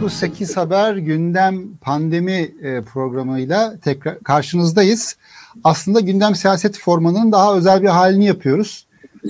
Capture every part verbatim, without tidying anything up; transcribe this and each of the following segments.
dokuz sekiz Haber gündem pandemi programıyla tekrar karşınızdayız. Aslında gündem siyaset formatının daha özel bir halini yapıyoruz.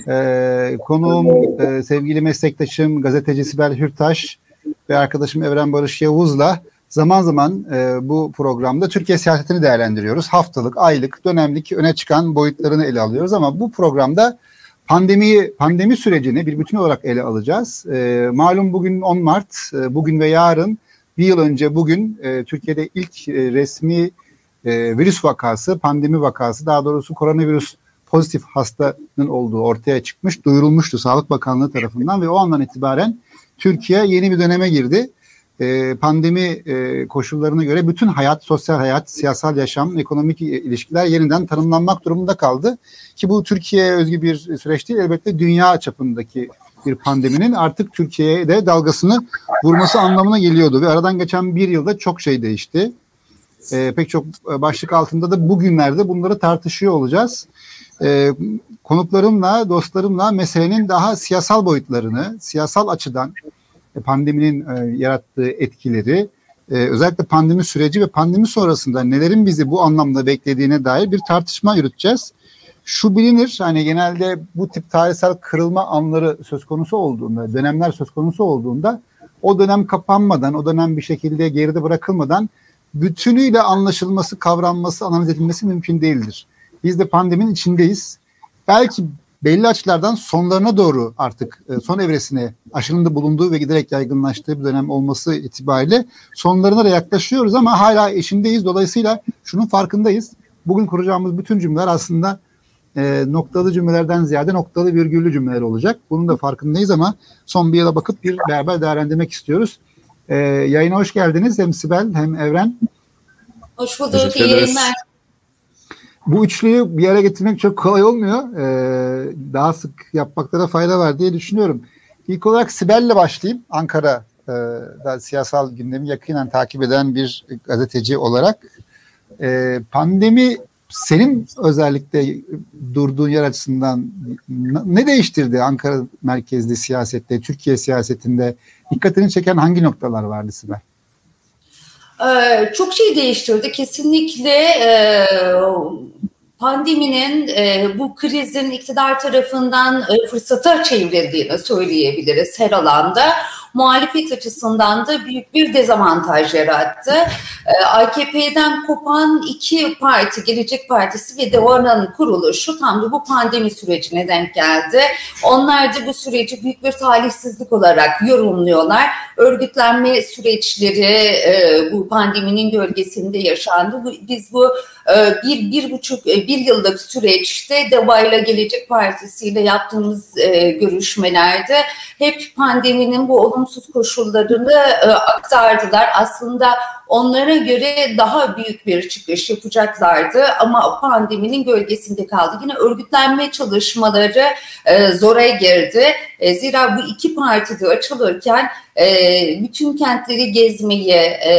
Ee, konuğum e, sevgili meslektaşım gazeteci Sibel Hürtaş ve arkadaşım Evren Barış Yavuz'la zaman zaman e, bu programda Türkiye siyasetini değerlendiriyoruz. Haftalık, aylık, dönemlik öne çıkan boyutlarını ele alıyoruz ama bu programda pandemiyi, pandemi sürecini bir bütün olarak ele alacağız. E, malum bugün on Mart, e, bugün ve yarın bir yıl önce bugün e, Türkiye'de ilk e, resmi e, virüs vakası, pandemi vakası, daha doğrusu koronavirüs pozitif hastanın olduğu ortaya çıkmış, duyurulmuştu Sağlık Bakanlığı tarafından ve o andan itibaren Türkiye yeni bir döneme girdi. Ee, pandemi e, koşullarına göre bütün hayat, sosyal hayat, siyasal yaşam, ekonomik ilişkiler yeniden tanımlanmak durumunda kaldı. Ki bu Türkiye'ye özgü bir süreç değil, elbette dünya çapındaki bir pandeminin artık Türkiye'ye de dalgasını vurması anlamına geliyordu. Ve aradan geçen bir yılda çok şey değişti. Ee, pek çok başlık altında da bugünlerde bunları tartışıyor olacağız. Ee, konuklarımla, dostlarımla meselenin daha siyasal boyutlarını, siyasal açıdan pandeminin e, yarattığı etkileri, e, özellikle pandemi süreci ve pandemi sonrasında nelerin bizi bu anlamda beklediğine dair bir tartışma yürüteceğiz. Şu bilinir, hani genelde bu tip tarihsel kırılma anları söz konusu olduğunda, dönemler söz konusu olduğunda o dönem kapanmadan, o dönem bir şekilde geride bırakılmadan bütünüyle anlaşılması, kavranması, analiz edilmesi mümkün değildir. Biz de pandeminin içindeyiz. Belki belli açılardan sonlarına doğru artık son evresine aşının da bulunduğu ve giderek yaygınlaştığı bir dönem olması itibariyle sonlarına da yaklaşıyoruz ama hala eşindeyiz. Dolayısıyla şunun farkındayız. Bugün kuracağımız bütün cümleler aslında e, noktalı cümlelerden ziyade noktalı virgüllü cümleler olacak. Bunun da farkındayız ama son bir yıla bakıp bir beraber değerlendirmek istiyoruz. E, yayına hoş geldiniz. Hem Sibel hem Evren. Hoş bulduk. İyi yayınlar. Bu üçlüyü bir yere getirmek çok kolay olmuyor. Ee, daha sık yapmakta da fayda var diye düşünüyorum. İlk olarak Sibel'le başlayayım. Ankara'da siyasal gündemi yakinen takip eden bir gazeteci olarak. Ee, pandemi senin özellikle durduğun yer açısından ne değiştirdi Ankara merkezli siyasette, Türkiye siyasetinde? Dikkatini çeken hangi noktalar vardı Sibel? Ee, çok şey değiştirdi. Kesinlikle e, pandeminin e, bu krizin iktidar tarafından e, fırsata çevrildiğini söyleyebiliriz her alanda. Muhalefet açısından da büyük bir dezavantaj yarattı. E, A K P'den kopan iki parti, Gelecek Partisi ve DEVA'nın kuruluşu tam da bu pandemi sürecine denk geldi. Onlar da bu süreci büyük bir talihsizlik olarak yorumluyorlar. Örgütlenme süreçleri e, bu pandeminin gölgesinde yaşandı. Biz bu e, bir, bir buçuk, bir yıllık süreçte DEVA ile Gelecek Partisi ile yaptığımız e, görüşmelerde hep pandeminin bu olumsuz koşullarını e, aktardılar. Aslında onlara göre daha büyük bir çıkış yapacaklardı ama pandeminin gölgesinde kaldı. Yine örgütlenme çalışmaları e, zora girdi. E, zira bu iki parti de açılırken e, bütün kentleri gezmeyi, e,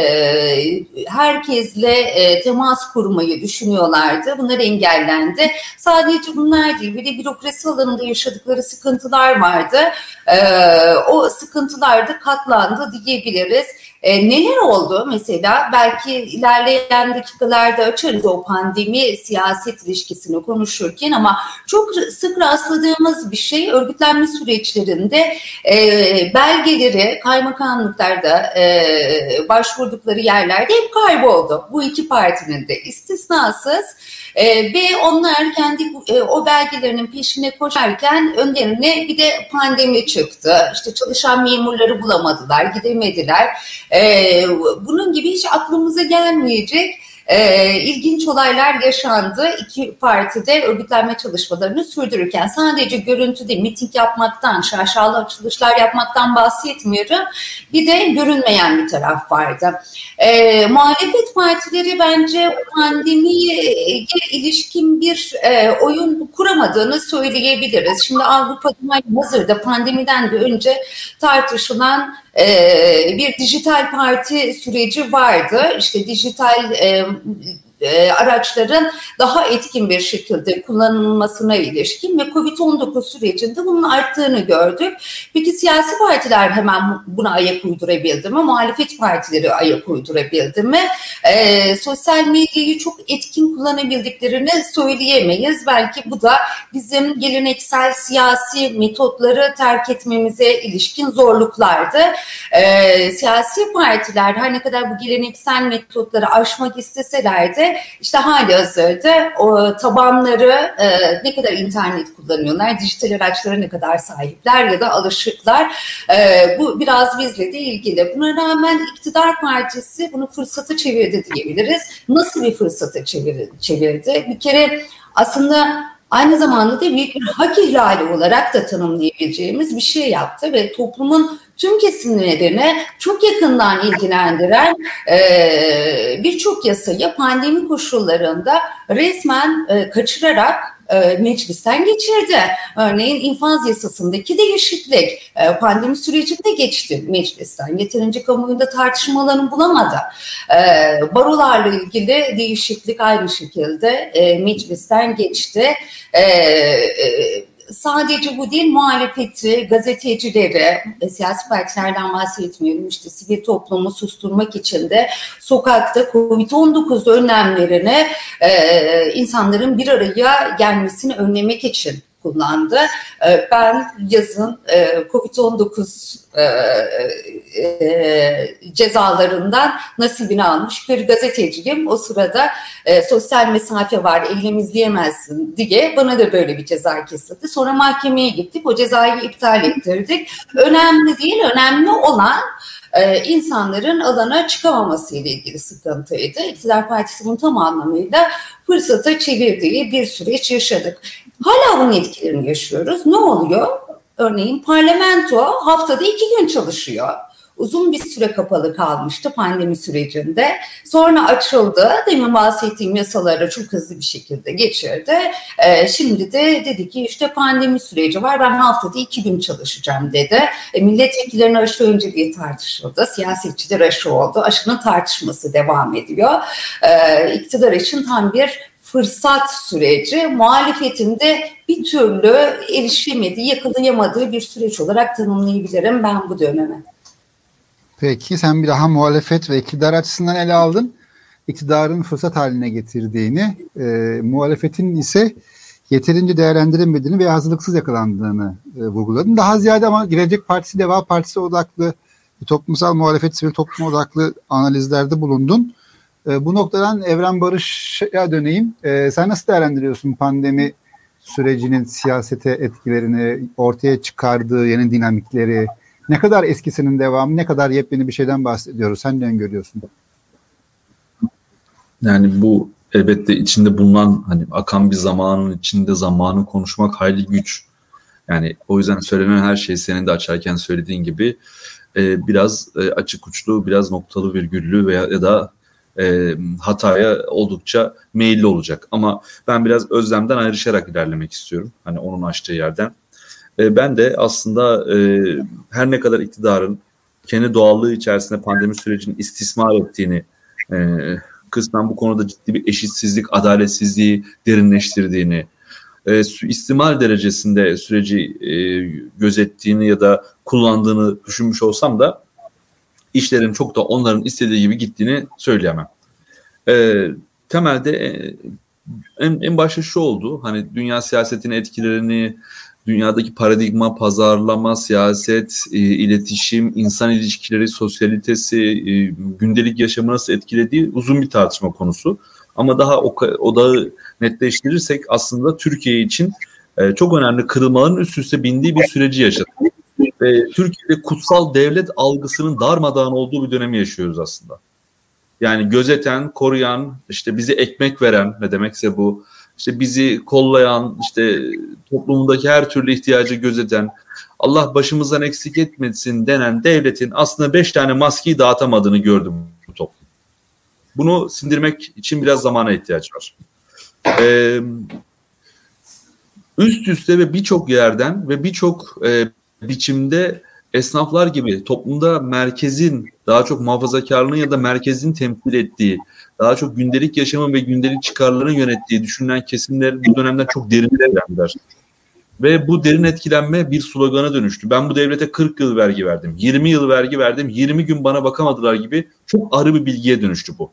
herkesle e, temas kurmayı düşünüyorlardı. Bunlar engellendi. Sadece bunlar değil, bir de bürokrasi alanında yaşadıkları sıkıntılar vardı. E, o sıkıntılar da katlandı diyebiliriz. E, neler oldu mesela? Belki ilerleyen dakikalarda açarız o pandemi siyaset ilişkisini konuşurken ama çok sık rastladığımız bir şey örgütlenme süreçlerinde e, belgeleri kaymakamlıklarda e, başvurdukları yerlerde hep kayboldu. Bu iki partinin de istisnasız e, ve onlar kendi e, o belgelerinin peşine koşarken önlerine bir de pandemi çıktı. İşte çalışan memurları bulamadılar, gidemediler. Ee, bunun gibi hiç aklımıza gelmeyecek e, ilginç olaylar yaşandı. İki partide örgütlenme çalışmalarını sürdürürken sadece görüntüde miting yapmaktan, şaşalı açılışlar yapmaktan bahsetmiyorum. Bir de görünmeyen bir taraf vardı. E, muhalefet partileri bence pandemiye ilişkin bir e, oyun kuramadığını söyleyebiliriz. Şimdi Avrupa'da hazırda pandemiden de önce tartışılan e, bir dijital parti süreci vardı. İşte dijital e, e, araçların daha etkin bir şekilde kullanılmasına ilişkin ve kovid on dokuz sürecinde bunun arttığını gördük. Peki siyasi partiler hemen buna ayak uydurabildi mi? Muhalefet partileri ayak uydurabildi mi? E, sosyal medyayı çok etkin kullanabildiklerini söyleyemeyiz. Belki bu da bizim geleneksel siyasi metotları terk etmemize ilişkin zorluklardı. E, siyasi partiler her ne kadar bu geleneksel metotları aşmak isteseler de işte hali hazırda o tabanları e, ne kadar internet kullanıyorlar, dijital araçlara ne kadar sahipler ya da alışıklar. E, bu biraz bizle de ilgili. Buna rağmen iktidar partisi bunu fırsata çevirdi diyebiliriz. Nasıl bir fırsata çevirdi? çevirdi? Bir kere aslında aynı zamanda da büyük bir hak ihlali olarak da tanımlayabileceğimiz bir şey yaptı ve toplumun tüm kesimlerini çok yakından ilgilendiren e, birçok yasayı pandemi koşullarında resmen e, kaçırarak e, meclisten geçirdi. Örneğin infaz yasasındaki değişiklik e, pandemi sürecinde geçti meclisten. Yeterince kamuoyunda tartışma alanı bulamadı. E, barolarla ilgili değişiklik aynı şekilde e, meclisten geçti. E, e, Sadece bu değil, muhalefeti, gazetecileri, siyasi partilerden bahsetmiyorum, işte sivil toplumu susturmak için de sokakta kovid on dokuz önlemlerini e, insanların bir araya gelmesini önlemek için kullandı. E, ben yazın e, kovid on dokuz e, e, cezalarından nasibini almış bir gazeteciyim. O sırada e, sosyal mesafe var, ellemizleyemezsin diye bana da böyle bir ceza kesildi. Sonra mahkemeye gittik, o cezayı iptal ettirdik. Önemli değil, önemli olan Ee, insanların alana çıkamaması ile ilgili sıkıntıydı. İktidar Partisi bunu tam anlamıyla fırsata çevirdiği bir süreç yaşadık. Hala bunun etkilerini yaşıyoruz. Ne oluyor? Örneğin parlamento haftada iki gün çalışıyor. Uzun bir süre kapalı kalmıştı pandemi sürecinde. Sonra açıldı. Demin bahsettiğim yasaları çok hızlı bir şekilde geçirdi. Ee, şimdi de dedi ki işte pandemi süreci var. Ben haftada iki gün çalışacağım dedi. E, milletvekillerinin aşı önceliği tartışıldı. Siyasetçiler aşı oldu. Aşının tartışması devam ediyor. Ee, iktidar için tam bir fırsat süreci, muhalefetin de bir türlü erişemediği, yakalayamadığı bir süreç olarak tanımlayabilirim ben bu dönemi. Peki sen bir daha muhalefet ve iktidar açısından ele aldın. İktidarın fırsat haline getirdiğini, e, muhalefetin ise yeterince değerlendiremediğini ve hazırlıksız yakalandığını e, vurguladın. Daha ziyade ama Gelecek Partisi, Deva Partisi odaklı, toplumsal muhalefet, sivil toplum odaklı analizlerde bulundun. E, bu noktadan Evren Barış'a döneyim. E, sen nasıl değerlendiriyorsun pandemi sürecinin siyasete etkilerini, ortaya çıkardığı yeni dinamikleri? Ne kadar eskisinin devamı, ne kadar yepyeni bir şeyden bahsediyoruz? Sen ne öngörüyorsun? Yani bu elbette içinde bulunan, hani akan bir zamanın içinde zamanı konuşmak hayli güç. Yani o yüzden söylenen her şey senin de açarken söylediğin gibi e, biraz e, açık uçlu, biraz noktalı virgüllü veya ya da e, hataya oldukça meyilli olacak. Ama ben biraz Özlem'den ayrışarak ilerlemek istiyorum. Hani onun açtığı yerden. Ben de aslında e, her ne kadar iktidarın kendi doğallığı içerisinde pandemi sürecini istismar ettiğini, e, kısmen bu konuda ciddi bir eşitsizlik, adaletsizliği derinleştirdiğini, e, suistimal derecesinde süreci e, gözettiğini ya da kullandığını düşünmüş olsam da işlerin çok da onların istediği gibi gittiğini söyleyemem. E, temelde e, en, en başta şu oldu, hani dünya siyasetinin etkilerini, dünyadaki paradigma, pazarlama, siyaset, e, iletişim, insan ilişkileri, sosyalitesi, e, gündelik yaşamı nasıl etkilediği uzun bir tartışma konusu. Ama daha o, odağı netleştirirsek aslında Türkiye için e, çok önemli kırılmaların üst üste bindiği bir süreci yaşadık. E, Türkiye'de kutsal devlet algısının darmadağın olduğu bir dönemi yaşıyoruz aslında. Yani gözeten, koruyan, işte bize ekmek veren, ne demekse bu, İşte bizi kollayan, işte toplumdaki her türlü ihtiyacı gözeten, Allah başımızdan eksik etmesin denen devletin aslında beş tane maskeyi dağıtamadığını gördüm bu toplum. Bunu sindirmek için biraz zamana ihtiyaç var. Ee, üst üste ve birçok yerden ve birçok e, biçimde esnaflar gibi toplumda merkezin daha çok muhafazakarlığın ya da merkezin temsil ettiği, daha çok gündelik yaşamın ve gündelik çıkarların yönettiği düşünülen kesimler bu dönemden çok derin etkilendiler. Ve bu derin etkilenme bir slogana dönüştü. Ben bu devlete kırk yıl vergi verdim, yirmi yıl vergi verdim, yirmi gün bana bakamadılar gibi çok arı bir bilgiye dönüştü bu.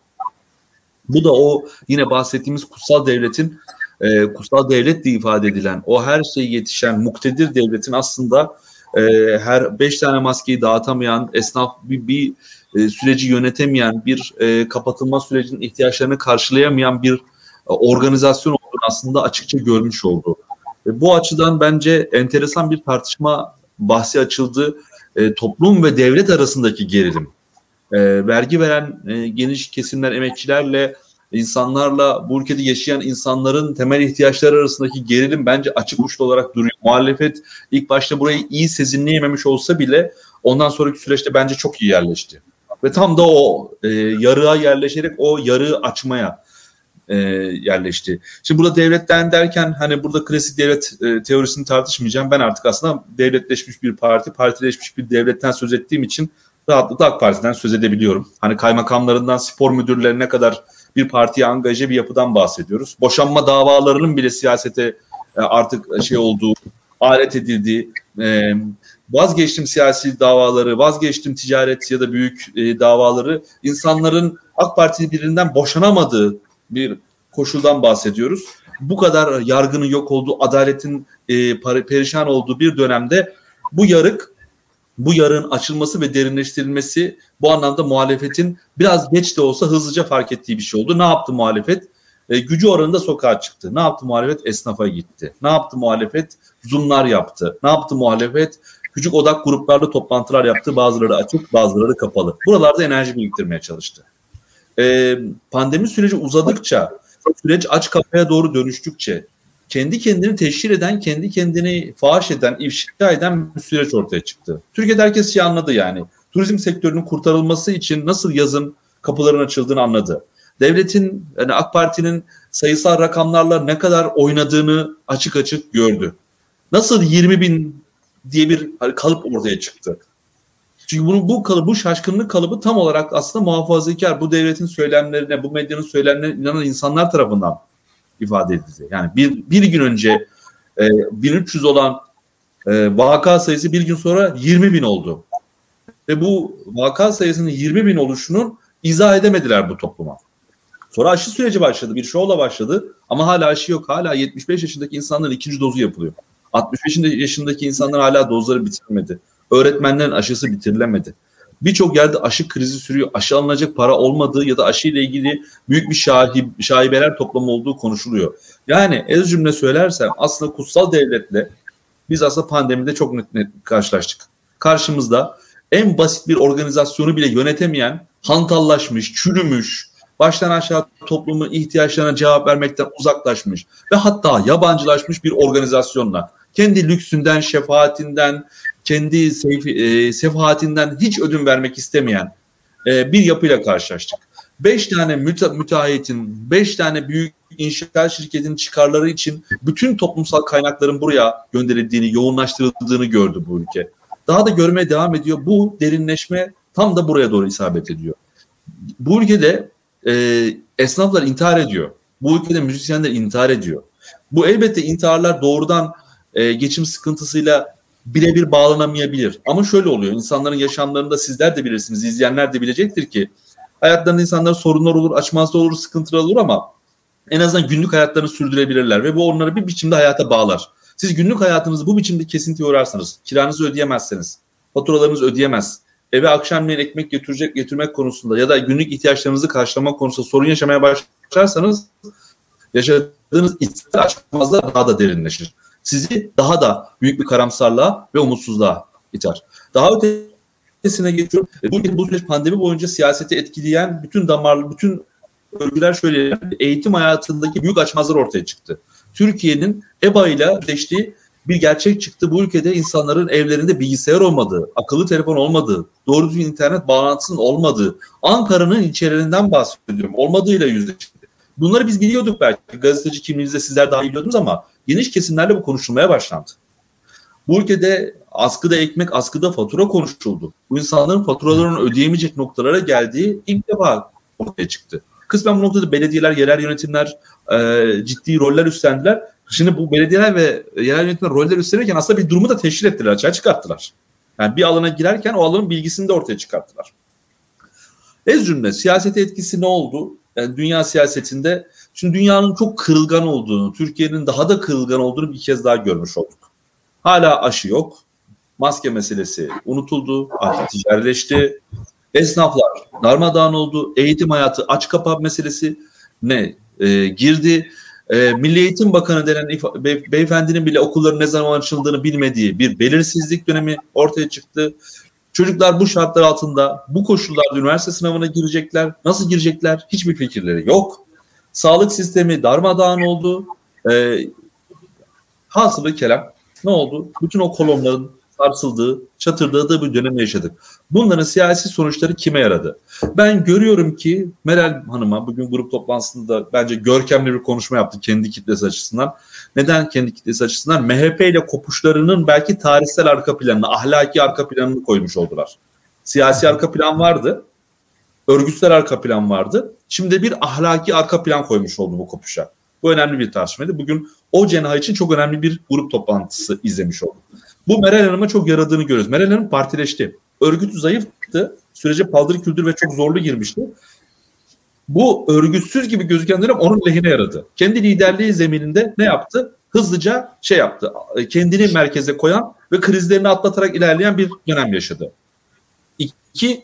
Bu da o yine bahsettiğimiz kutsal devletin, e, kutsal devlet diye ifade edilen, o her şeye yetişen muktedir devletin aslında e, her beş tane maskeyi dağıtamayan, esnaf bir, bir e, süreci yönetemeyen, bir e, kapatılma sürecinin ihtiyaçlarını karşılayamayan bir e, organizasyon olduğunu aslında açıkça görmüş oldu. E, bu açıdan bence enteresan bir tartışma bahsi açıldı. E, toplum ve devlet arasındaki gerilim. E, vergi veren e, geniş kesimler, emekçilerle, insanlarla, bu ülkede yaşayan insanların temel ihtiyaçları arasındaki gerilim bence açık uçlu olarak duruyor. Muhalefet ilk başta burayı iyi sezinleyememiş olsa bile ondan sonraki süreçte bence çok iyi yerleşti. Ve tam da o e, yarığa yerleşerek o yarığı açmaya e, yerleşti. Şimdi burada devletten derken hani burada klasik devlet e, teorisini tartışmayacağım. Ben artık aslında devletleşmiş bir parti, partileşmiş bir devletten söz ettiğim için rahatlıkla AK Parti'den söz edebiliyorum. Hani kaymakamlarından spor müdürlerine kadar bir partiye angaje bir yapıdan bahsediyoruz. Boşanma davalarının bile siyasete artık şey olduğu, alet edildiği, vazgeçtim siyasi davaları, vazgeçtim ticaret ya da büyük davaları, insanların AK Parti birinden boşanamadığı bir koşuldan bahsediyoruz. Bu kadar yargının yok olduğu, adaletin perişan olduğu bir dönemde bu yarık, bu yarığın açılması ve derinleştirilmesi bu anlamda muhalefetin biraz geç de olsa hızlıca fark ettiği bir şey oldu. Ne yaptı muhalefet? E, gücü oranında sokağa çıktı. Ne yaptı muhalefet? Esnafa gitti. Ne yaptı muhalefet? Zoom'lar yaptı. Ne yaptı muhalefet? Küçük odak gruplarla toplantılar yaptı. Bazıları açık, bazıları kapalı. Buralarda enerji biriktirmeye çalıştı. E, pandemi süreci uzadıkça, süreç aç kapıya doğru dönüştükçe, kendi kendini teşhir eden, kendi kendini fahiş eden, ifşa eden bir süreç ortaya çıktı. Türkiye'de herkes şey anladı yani. Turizm sektörünün kurtarılması için nasıl yazın kapıların açıldığını anladı. Devletin, yani AK Parti'nin sayısal rakamlarla ne kadar oynadığını açık açık gördü. Nasıl yirmi bin diye bir kalıp ortaya çıktı. Çünkü bunu, bu kalıbı, bu şaşkınlık kalıbı tam olarak aslında muhafazakar, bu devletin söylemlerine, bu medyanın söylemlerine inanan insanlar tarafından ifade edildi. Yani bir, bir gün önce e, bin üç yüz olan e, vaka sayısı bir gün sonra yirmi bin oldu. Ve bu vaka sayısının yirmi bin oluşunun izah edemediler bu topluma. Sonra aşı süreci başladı. Bir şovla başladı. Ama hala aşı yok. Hala yetmiş beş yaşındaki insanların ikinci dozu yapılıyor. altmış beş yaşındaki insanlar hala dozları bitirilmedi. Öğretmenlerin aşısı bitirilemedi. Birçok yerde aşı krizi sürüyor. Aşı alınacak para olmadığı ya da aşı ile ilgili büyük bir şahib, şaibeler toplamı olduğu konuşuluyor. Yani ez cümle söylersem aslında kutsal devletle biz aslında pandemide çok net, net karşılaştık. Karşımızda en basit bir organizasyonu bile yönetemeyen, hantallaşmış, çürümüş, baştan aşağı toplumun ihtiyaçlarına cevap vermekten uzaklaşmış ve hatta yabancılaşmış bir organizasyonla, kendi lüksünden, şefaatinden, kendi seyf, e, sefahatinden hiç ödün vermek istemeyen e, bir yapıyla karşılaştık. Beş tane müte, müteahhitin, beş tane büyük inşaat şirketinin çıkarları için bütün toplumsal kaynakların buraya gönderildiğini, yoğunlaştırıldığını gördü bu ülke. Daha da görmeye devam ediyor. Bu derinleşme tam da buraya doğru isabet ediyor. Bu ülkede e, esnaflar intihar ediyor. Bu ülkede müzisyenler intihar ediyor. Bu elbette intiharlar doğrudan e, geçim sıkıntısıyla birebir bağlanamayabilir. Ama şöyle oluyor. İnsanların yaşamlarında sizler de bilirsiniz, izleyenler de bilecektir ki hayatlarında insanların sorunlar olur, açmazda olur, sıkıntılar olur ama en azından günlük hayatlarını sürdürebilirler ve bu onları bir biçimde hayata bağlar. Siz günlük hayatınızı bu biçimde kesintiye uğrarsanız, kiranızı ödeyemezseniz, faturalarınızı ödeyemez, eve akşamleyin ekmek götürecek getirmek konusunda ya da günlük ihtiyaçlarınızı karşılamak konusunda sorun yaşamaya başlarsanız yaşadığınız iktidar açmazlar daha da derinleşir. Sizi daha da büyük bir karamsarlığa ve umutsuzluğa iter. Daha ötesine geçiyorum. Bu, bu süreç pandemi boyunca siyaseti etkileyen bütün damarlı, bütün örgüler şöyle, eğitim hayatındaki büyük açmazlar ortaya çıktı. Türkiye'nin E B A ile birleştiği bir gerçek çıktı. Bu ülkede insanların evlerinde bilgisayar olmadığı, akıllı telefon olmadığı, doğru düzgün internet bağlantısının olmadığı, Ankara'nın ilçelerinden bahsediyorum, olmadığıyla yüzleşti. Bunları biz biliyorduk belki. Gazeteci kimliğinizde sizler daha iyi biliyordunuz ama geniş kesimlerle bu konuşulmaya başlandı. Bu ülkede askıda ekmek, askıda fatura konuşuldu. Bu insanların faturalarını ödeyemeyecek noktalara geldiği ilk defa ortaya çıktı. Kısmen bu noktada belediyeler, yerel yönetimler e, ciddi roller üstlendiler. Şimdi bu belediyeler ve yerel yönetimler roller üstlenirken aslında bir durumu da teşhir ettiler, açığa çıkarttılar. Yani bir alana girerken o alanın bilgisini de ortaya çıkarttılar. Ez cümle siyasete etkisi ne oldu? Yani dünya siyasetinde şimdi dünyanın çok kırılgan olduğunu, Türkiye'nin daha da kırılgan olduğunu bir kez daha görmüş olduk. Hala aşı yok. Maske meselesi unutuldu, artık ticarileşti. Esnaflar darmadağın oldu. Eğitim hayatı aç kapa meselesi ne e, girdi. E, Milli Eğitim Bakanı denen be, beyefendinin bile okulların ne zaman açıldığını bilmediği bir belirsizlik dönemi ortaya çıktı. Çocuklar bu şartlar altında, bu koşullarda üniversite sınavına girecekler. Nasıl girecekler? Hiçbir fikirleri yok. Sağlık sistemi darmadağın oldu. E, hasılı kelam ne oldu? Bütün o kolonların sarsıldığı, çatırdadığı bir dönem yaşadık. Bunların siyasi sonuçları kime yaradı? Ben görüyorum ki Meral Hanım'a bugün grup toplantısında bence görkemli bir konuşma yaptı kendi kitlesi açısından. Neden kendi kitlesi açısından? M H P ile kopuşlarının belki tarihsel arka planını, ahlaki arka planını koymuş oldular. Siyasi arka plan vardı, örgütsel arka plan vardı. Şimdi bir ahlaki arka plan koymuş oldu bu kopuşa. Bu önemli bir tartışmaydı. Bugün o cenah için çok önemli bir grup toplantısı izlemiş olduk. Bu Meral Hanım'a çok yaradığını görüyoruz. Meral Hanım partileşti. Örgütü zayıftı. Sürece paldır küldür ve çok zorlu girmişti. Bu örgütsüz gibi gözüken dönem onun lehine yaradı. Kendi liderliği zemininde ne yaptı? Hızlıca şey yaptı. Kendini merkeze koyan ve krizlerini atlatarak ilerleyen bir dönem yaşadı. İki,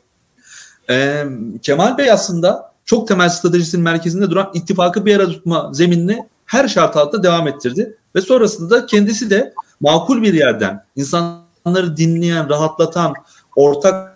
e, Kemal Bey aslında çok temel stratejisinin merkezinde duran ittifakı bir arada tutma zeminini her şart altında devam ettirdi. Ve sonrasında kendisi de makul bir yerden insanları dinleyen, rahatlatan, ortak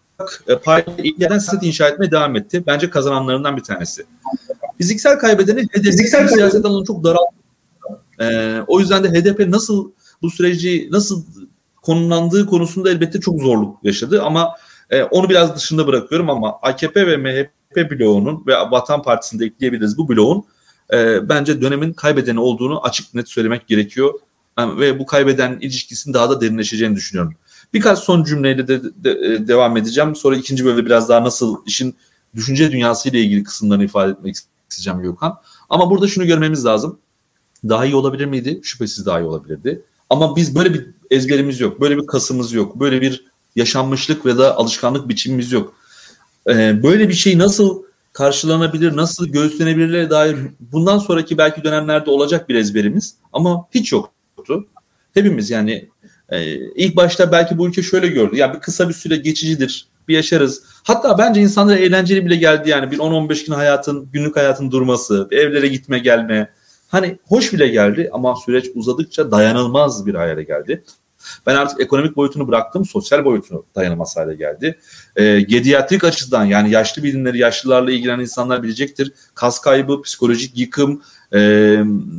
payla ilgilenen siyaset inşa etmeye devam etti. Bence kazananlarından bir tanesi. Fiziksel kaybedeni fiziksel siyaset alanı çok daralttı. Ee, o yüzden de H D P nasıl bu süreci nasıl konumlandığı konusunda elbette çok zorluk yaşadı ama e, onu biraz dışında bırakıyorum ama A K P ve M H P bloğunun ve Vatan Partisi'nde ekleyebiliriz bu bloğun e, bence dönemin kaybedeni olduğunu açık net söylemek gerekiyor. Yani, ve bu kaybeden ilişkisinin daha da derinleşeceğini düşünüyorum. Birkaç son cümleyle de, de, de devam edeceğim. Sonra ikinci bölümde biraz daha nasıl işin düşünce dünyası ile ilgili kısımlarını ifade etmek isteyeceğim Gökhan. Ama burada şunu görmemiz lazım. Daha iyi olabilir miydi? Şüphesiz daha iyi olabilirdi. Ama biz böyle bir ezberimiz yok. Böyle bir kasımız yok. Böyle bir yaşanmışlık ve da alışkanlık biçimimiz yok. Ee, böyle bir şey nasıl karşılanabilir, nasıl göğüslenebilirlere dair bundan sonraki belki dönemlerde olacak bir ezberimiz. Ama hiç yoktu. Hepimiz yani e, ilk başta belki bu ülke şöyle gördü. Ya bir kısa bir süre geçicidir. Bir yaşarız. Hatta bence insanlara eğlenceli bile geldi yani. Bir on on beş gün hayatın, günlük hayatın durması, evlere gitme gelme. Hani hoş bile geldi ama süreç uzadıkça dayanılmaz bir hale geldi. Ben artık ekonomik boyutunu bıraktım, sosyal boyutunu dayanılmaz hale geldi. E, gediatrik açıdan yani yaşlı bilimleri, yaşlılarla ilgilenen insanlar bilecektir. Kas kaybı, psikolojik yıkım, e,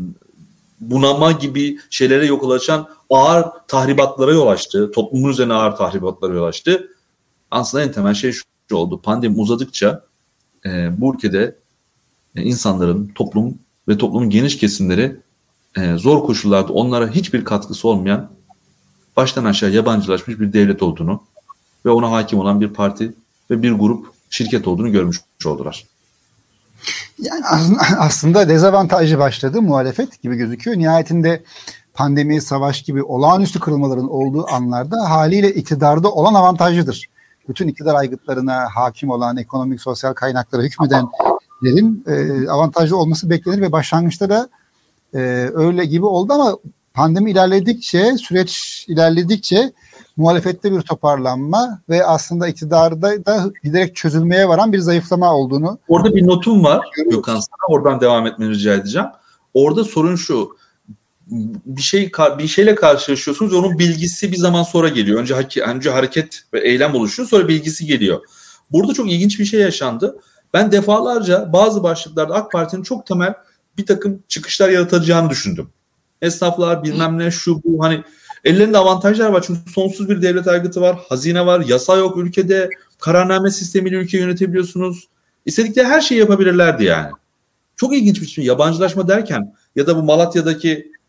bunama gibi şeylere yol açan ağır tahribatlara yol açtı. Toplumun üzerine ağır tahribatlara yol açtı. Aslında en temel şey şu oldu. Pandemi uzadıkça e, bu ülkede e, insanların, toplum ve toplumun geniş kesimleri e, zor koşullarda onlara hiçbir katkısı olmayan baştan aşağı yabancılaşmış bir devlet olduğunu ve ona hakim olan bir parti ve bir grup şirket olduğunu görmüş oldular. Yani aslında dezavantajlı başladı muhalefet gibi gözüküyor. Nihayetinde pandemi, savaş gibi olağanüstü kırılmaların olduğu anlarda haliyle iktidarda olan avantajlıdır. Bütün iktidar aygıtlarına hakim olan ekonomik, sosyal kaynaklara hükmedenlerin e, avantajlı olması beklenir ve başlangıçta da e, öyle gibi oldu ama pandemi ilerledikçe, süreç ilerledikçe muhalefette bir toparlanma ve aslında iktidarda da giderek çözülmeye varan bir zayıflama olduğunu. Orada bir notum var Gökhan sana. Oradan devam etmeni rica edeceğim. Orada sorun şu. Bir şey bir şeyle karşılaşıyorsunuz ve onun bilgisi bir zaman sonra geliyor. Önce, önce hareket ve eylem oluşuyor, sonra bilgisi geliyor. Burada çok ilginç bir şey yaşandı. Ben defalarca bazı başlıklarda AK Parti'nin çok temel bir takım çıkışlar yaratacağını düşündüm. Esnaflar bilmem ne şu bu hani ellerinde avantajlar var çünkü sonsuz bir devlet aygıtı var, hazine var, yasa yok ülkede, kararname sistemiyle ülkeyi yönetebiliyorsunuz. İstedikleri her şeyi yapabilirlerdi yani. Çok ilginç bir şey. Yabancılaşma derken ya da bu Malatya'daki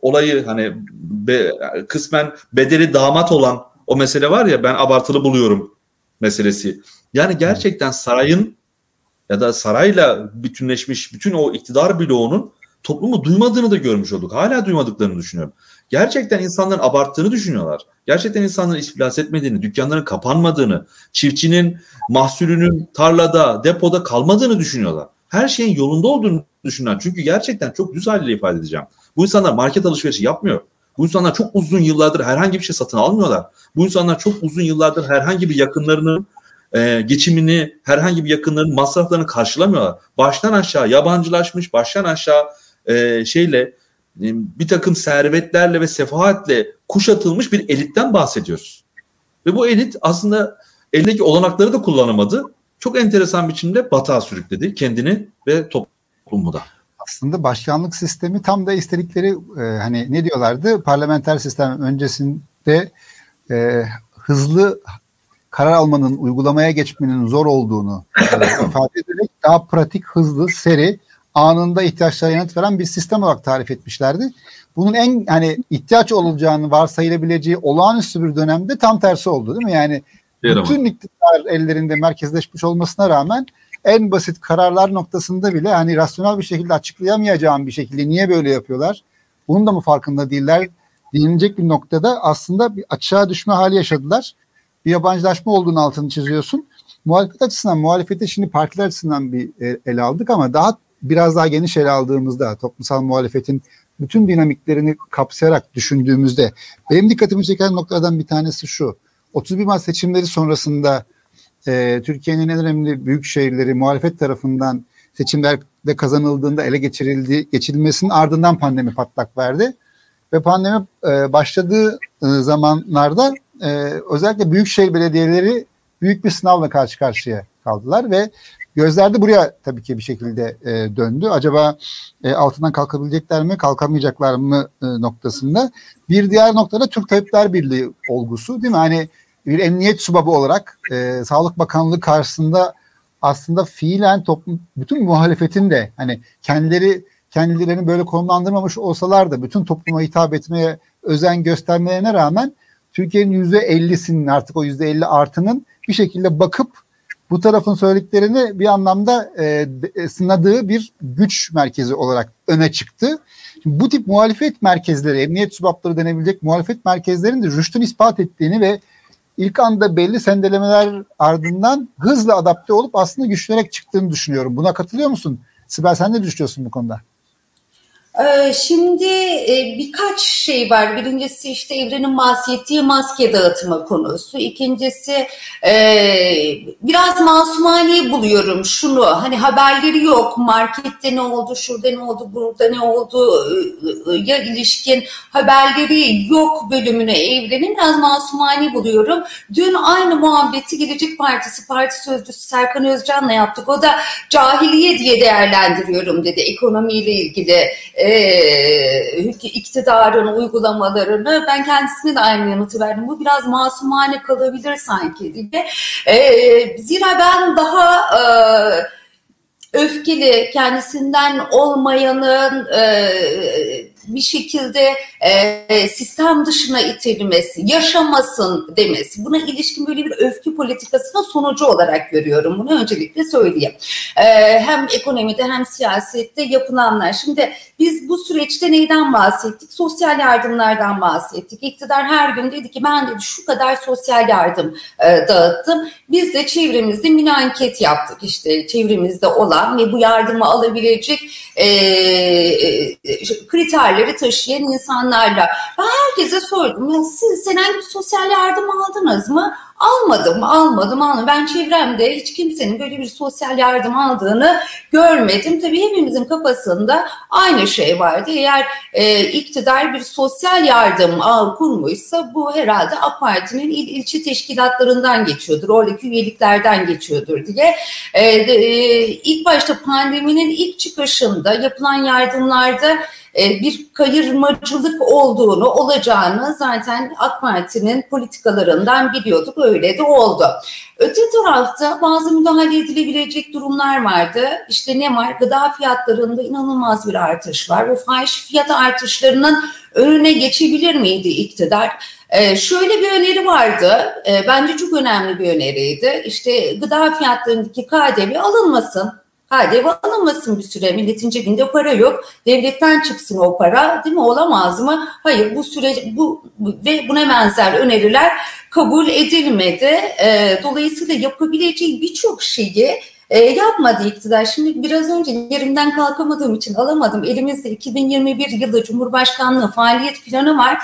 olayı hani be, kısmen bedeli damat olan o mesele var ya, ben abartılı buluyorum meselesi. Yani gerçekten sarayın ya da sarayla bütünleşmiş bütün o iktidar bloğunun toplumu duymadığını da görmüş olduk. Hala duymadıklarını düşünüyorum. Gerçekten insanların abarttığını düşünüyorlar. Gerçekten insanların iflas etmediğini, dükkanların kapanmadığını, çiftçinin mahsulünün tarlada, depoda kalmadığını düşünüyorlar. Her şeyin yolunda olduğunu düşünüyorlar. Çünkü gerçekten çok düz haliyle ifade edeceğim. Bu insanlar market alışverişi yapmıyor. Bu insanlar çok uzun yıllardır herhangi bir şey satın almıyorlar. Bu insanlar çok uzun yıllardır herhangi bir yakınlarının e, geçimini, herhangi bir yakınlarının masraflarını karşılamıyorlar. Baştan aşağı yabancılaşmış, baştan aşağı e, şeyle e, bir takım servetlerle ve sefahatle kuşatılmış bir elitten bahsediyoruz. Ve bu elit aslında elindeki olanakları da kullanamadı. Çok enteresan biçimde batağa sürükledi kendini ve toplumu da. Aslında başkanlık sistemi tam da istedikleri e, hani ne diyorlardı? Parlamenter sistem öncesinde e, hızlı karar almanın, uygulamaya geçmenin zor olduğunu e, ifade ederek daha pratik, hızlı, seri, anında ihtiyaçlara yanıt veren bir sistem olarak tarif etmişlerdi. Bunun en hani ihtiyaç olacağını varsayılabileceği olağanüstü bir dönemde tam tersi oldu, değil mi? Yani bütün iktidar ellerinde merkezleşmiş olmasına rağmen en basit kararlar noktasında bile hani rasyonel bir şekilde açıklayamayacağım bir şekilde niye böyle yapıyorlar? Bunun da mı farkında değiller? Denilecek bir noktada aslında bir açığa düşme hali yaşadılar. Bir yabancılaşma olduğunu altını çiziyorsun. Muhalefet açısından, muhalefeti şimdi partiler açısından bir ele aldık ama daha biraz daha geniş ele aldığımızda toplumsal muhalefetin bütün dinamiklerini kapsayarak düşündüğümüzde benim dikkatimi çeken noktalardan bir tanesi şu. otuz bir Mart seçimleri sonrasında e, Türkiye'nin en önemli büyük şehirleri muhalefet tarafından seçimlerde kazanıldığında ele geçirildi, geçirilmesinin ardından pandemi patlak verdi. Ve pandemi e, başladığı e, zamanlarda e, özellikle büyükşehir belediyeleri büyük bir sınavla karşı karşıya kaldılar ve gözler de buraya tabii ki bir şekilde e, döndü. Acaba e, altından kalkabilecekler mi, kalkamayacaklar mı e, noktasında. Bir diğer noktada Türk Tabipler Birliği olgusu, değil mi? Hani bir emniyet subabı olarak e, Sağlık Bakanlığı karşısında aslında fiilen toplum, bütün muhalefetin de hani kendileri kendilerini böyle konumlandırmamış olsalar da bütün topluma hitap etmeye özen göstermelerine rağmen Türkiye'nin yüzde ellisinin artık o yüzde elli artının bir şekilde bakıp bu tarafın söylediklerini bir anlamda e, sınadığı bir güç merkezi olarak öne çıktı. Şimdi bu tip muhalefet merkezleri, emniyet subapları denebilecek muhalefet merkezlerinin de rüştünü ispat ettiğini ve ilk anda belli sendelemeler ardından hızla adapte olup aslında güçlenerek çıktığını düşünüyorum. Buna katılıyor musun? Sibel, sen ne düşünüyorsun bu konuda? Şimdi birkaç şey var. Birincisi işte Evren'in bahsettiği maske dağıtma konusu. İkincisi biraz masumane buluyorum şunu. Hani haberleri yok. Markette ne oldu, şurada ne oldu, burada ne oldu ya ilişkin haberleri yok bölümüne Evren'in biraz masumane buluyorum. Dün aynı muhabbeti Gelecek Partisi Parti Sözcüsü Serkan Özcan'la yaptık. O da cahiliye diye değerlendiriyorum dedi ekonomiyle ilgili. Ee, iktidarın uygulamalarını. Ben kendisine de aynı yanıtı verdim. Bu biraz masumane kalabilir sanki diye. Ee, zira ben daha e, öfkeli, kendisinden olmayanın e, bir şekilde e, sistem dışına itilmesi, yaşamasın demesi, buna ilişkin böyle bir öfke politikasının sonucu olarak görüyorum. Bunu öncelikle söyleyeyim. E, hem ekonomide hem siyasette yapılanlar. Şimdi biz bu süreçte neyden bahsettik? Sosyal yardımlardan bahsettik. İktidar her gün dedi ki ben dedi şu kadar sosyal yardım e, dağıttım. Biz de çevremizde mini anket yaptık. İşte çevremizde olan ve bu yardımı alabilecek e, e, kriterleri taşıyan insanlarla. Ben herkese sordum. Ya siz herhangi bir sosyal yardım aldınız mı? Almadım, almadım, almadım. Ben çevremde hiç kimsenin böyle bir sosyal yardım aldığını görmedim. Tabii hepimizin kafasında aynı şey vardı. Eğer e, iktidar bir sosyal yardım ağı kurmuşsa bu herhalde A K Parti'nin il, ilçe teşkilatlarından geçiyordur. Oradaki üyeliklerden geçiyordur diye. E, e, ilk başta pandeminin ilk çıkışında yapılan yardımlarda bir kayırmacılık olduğunu, olacağını zaten A K Parti'nin politikalarından biliyorduk. Öyle de oldu. Öte tarafta bazı müdahale edilebilecek durumlar vardı. İşte ne var? Gıda fiyatlarında inanılmaz bir artış var. Bu fahiş fiyat artışlarının önüne geçebilir miydi iktidar? Ee, şöyle bir öneri vardı. Ee, bence çok önemli bir öneriydi. İşte gıda fiyatlarındaki K D V alınmasın. K D V alınmasın bir süre. Milletin cebinde para yok. Devletten çıksın o para. Değil mi? Olamaz mı? Hayır, bu süre bu ve buna benzer öneriler kabul edilmedi. E, dolayısıyla yapabileceği birçok şeyi e, yapmadı iktidar. Şimdi biraz önce yerimden kalkamadığım için alamadım. Elimizde iki bin yirmi bir yılı Cumhurbaşkanlığı faaliyet planı var.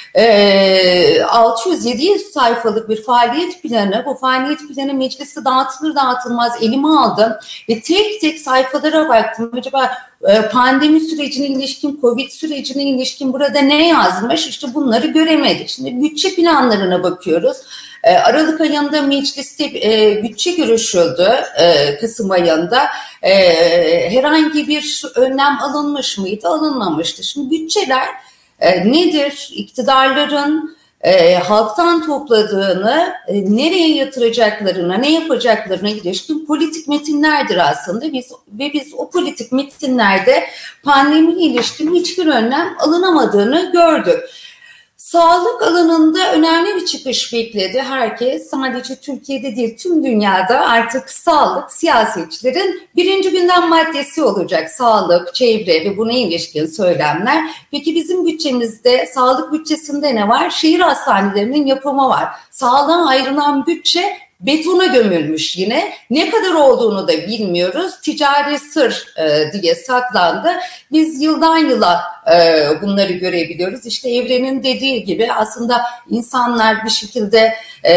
E, altı yüz yedi yüz sayfalık bir faaliyet planı. Bu faaliyet planı mecliste dağıtılır dağıtılmaz elime aldım ve tek tek sayfalara baktım. Acaba e, pandemi sürecine ilişkin, Covid sürecine ilişkin burada ne yazmış? İşte bunları göremedik. Şimdi bütçe planlarına bakıyoruz. E, Aralık ayında mecliste e, bütçe görüşüldü, e, Kasım ayında. E, herhangi bir önlem alınmış mıydı? Alınmamıştı. Şimdi bütçeler E, nedir? İktidarların e, halktan topladığını e, nereye yatıracaklarına, ne yapacaklarına ilişkin politik metinlerdir aslında. Biz ve biz o politik metinlerde pandemiye ilişkin hiçbir önlem alınamadığını gördük. Sağlık alanında önemli bir çıkış bekledi herkes. Sadece Türkiye'de değil, tüm dünyada artık sağlık siyasetçilerin birinci gündem maddesi olacak. Sağlık, çevre ve buna ilişkin söylemler. Peki bizim bütçemizde, sağlık bütçesinde ne var? Şehir hastanelerinin yapımı var. Sağlığa ayrılan bütçe betona gömülmüş yine. Ne kadar olduğunu da bilmiyoruz. Ticari sır e, diye saklandı. Biz yıldan yıla e, bunları görebiliyoruz. İşte Evren'in dediği gibi aslında insanlar bir şekilde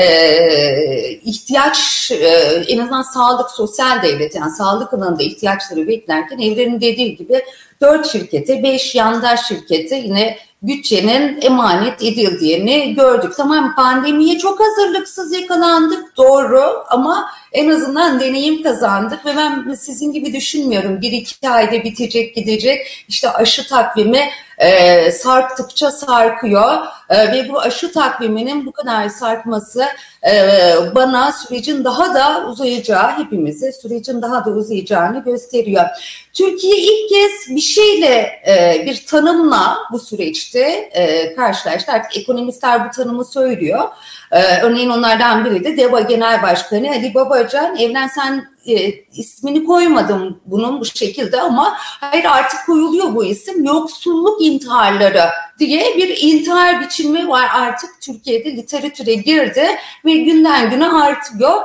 e, ihtiyaç, e, en azından sağlık, sosyal devlet, yani sağlık alanında ihtiyaçları beklerken Evren'in dediği gibi dört şirkete, beş yandaş şirkete yine bütçenin emanet edildiğini gördük. Tamam, pandemiye çok hazırlıksız yakalandık, doğru, ama en azından deneyim kazandık ve ben sizin gibi düşünmüyorum. Bir iki ayda bitecek, gidecek. İşte aşı takvimi e, sarktıkça sarkıyor e, ve bu aşı takviminin bu kadar sarkması e, bana sürecin daha da uzayacağı, hepimize sürecin daha da uzayacağını gösteriyor. Türkiye ilk kez bir şeyle, e, bir tanımla bu süreçte e, karşılaştı. Artık ekonomistler bu tanımı söylüyor. Ee, örneğin onlardan biri de DEVA Genel Başkanı Ali Babacan. Evren, sen e, ismini koymadım bunun bu şekilde ama hayır, artık koyuluyor bu isim. Yoksulluk intiharları diye bir intihar biçimi var artık Türkiye'de, literatüre girdi ve günden güne artıyor.